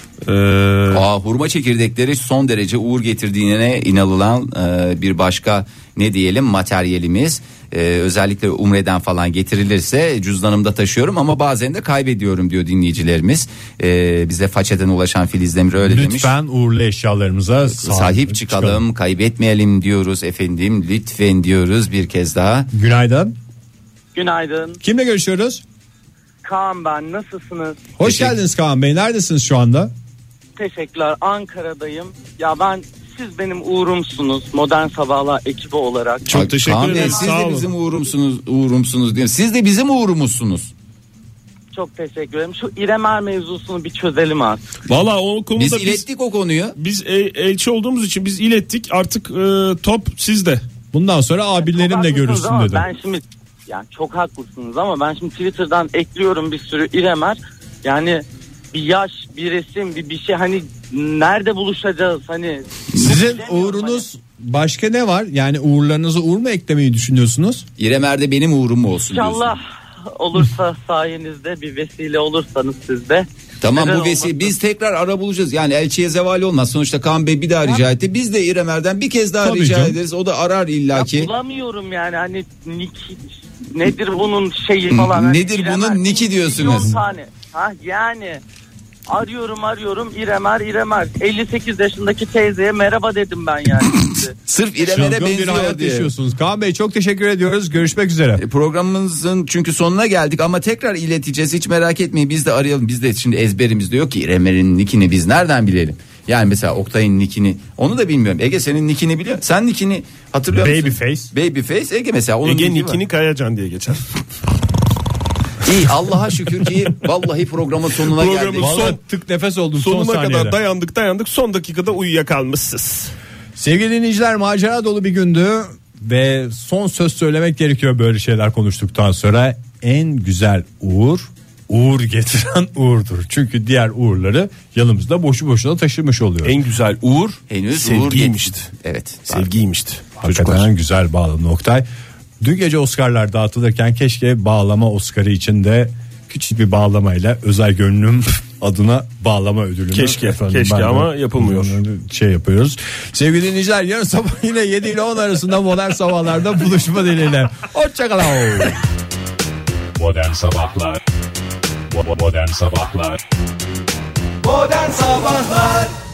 Hurma çekirdekleri son derece uğur getirdiğine inanılan bir başka ne diyelim materyalimiz. Özellikle Umre'den falan getirilirse cüzdanımda taşıyorum ama bazen de kaybediyorum diyor dinleyicilerimiz. Bize façeden ulaşan Filiz Demir öyle demiş. Lütfen uğurlu eşyalarımıza sahip çıkalım, kaybetmeyelim diyoruz efendim, lütfen diyoruz bir kez daha. Günaydın. Günaydın. Kimle görüşüyoruz? Kaan ben, nasılsınız? Hoş geldiniz Kaan Bey, neredesiniz şu anda? Teşekkürler, Ankara'dayım. Ya siz benim uğurumsunuz Modern Sabahlar ekibi olarak. Çok teşekkür ederim. Siz de bizim uğurumsunuz diyor. Siz de bizim uğurumuzsunuz. Çok teşekkür ederim. Şu İremer mevzusunu bir çözelim artık. Valla o konuda biz ilettik o konuyu. Biz elçi olduğumuz için biz ilettik. Artık top sizde. Bundan sonra abilerimle görürsün dedi. Ben şimdi yani çok haklısınız ama ben şimdi Twitter'dan ekliyorum bir sürü İremer. Yani bir yaş, bir resim, bir şey, hani nerede buluşacağız, hani sizin uğrunuz başka ne var? Yani uğurlarınıza uğur mu eklemeyi düşünüyorsunuz? İremer'de benim uğurum mu olsun diyorsun? İnşallah olursa sayenizde bir vesile olursanız siz de. Tamam Neden bu vesile olmasın? biz tekrar ara bulacağız. Yani elçiye zeval olmaz. Sonuçta Kaan Bey bir daha rica etti. Biz de İremer'den bir kez daha Tabii rica canım. ederiz. O da arar illaki. Bulamıyorum yani hani nedir bunun şeyi falan. Hani Nedir bunun İremer, niki diyorsunuz? milyon tane. Ha yani arıyorum İremer 58 yaşındaki teyzeye merhaba dedim ben yani. Sırf İremer'e Çılgın bir benziyor hayat diye. yaşıyorsunuz. Kaan Bey çok teşekkür ediyoruz. Görüşmek üzere. Programımızın çünkü sonuna geldik ama tekrar ileteceğiz. Hiç merak etmeyin, biz de arayalım. Biz de şimdi ezberimizde yok ki İremer'in nikini biz nereden bilelim? Yani mesela Oktay'ın nikini onu da bilmiyorum. Ege senin nikini biliyor. Sen nikini hatırlıyor musun? Babyface. Ege mesela onun Ege niki var. nikini Kayacan diye geçer. İyi Allah'a şükür ki vallahi programın sonuna geldik. Vallahi tık nefes oldum son Sonuna saniyede. kadar dayandık son dakikada uyuyakalmışsınız. Sevgili dinleyiciler, macera dolu bir gündü ve son söz söylemek gerekiyor böyle şeyler konuştuktan sonra. En güzel uğur getiren uğurdur. Çünkü diğer uğurları yanımızda boşu boşuna taşımış oluyor. En güzel uğur Henüz sevgiymişti. Evet. Sevgiymişti. Hakikaten güzel bağladın Oktay. Dün gece Oscar'lar dağıtılırken keşke bağlama Oscar'ı için de küçük bir bağlamayla özel gönlüm adına bağlama ödülünü. Keşke ben de ama yapılmıyor. Şey yapıyoruz. Sevgili dinleyiciler, yarın sabah yine 7 ile 10 arasında Modern Sabahlar'da buluşma dileğiyle. Hoşçakalın. Modern Sabahlar Modern Sabahlar Modern Sabahlar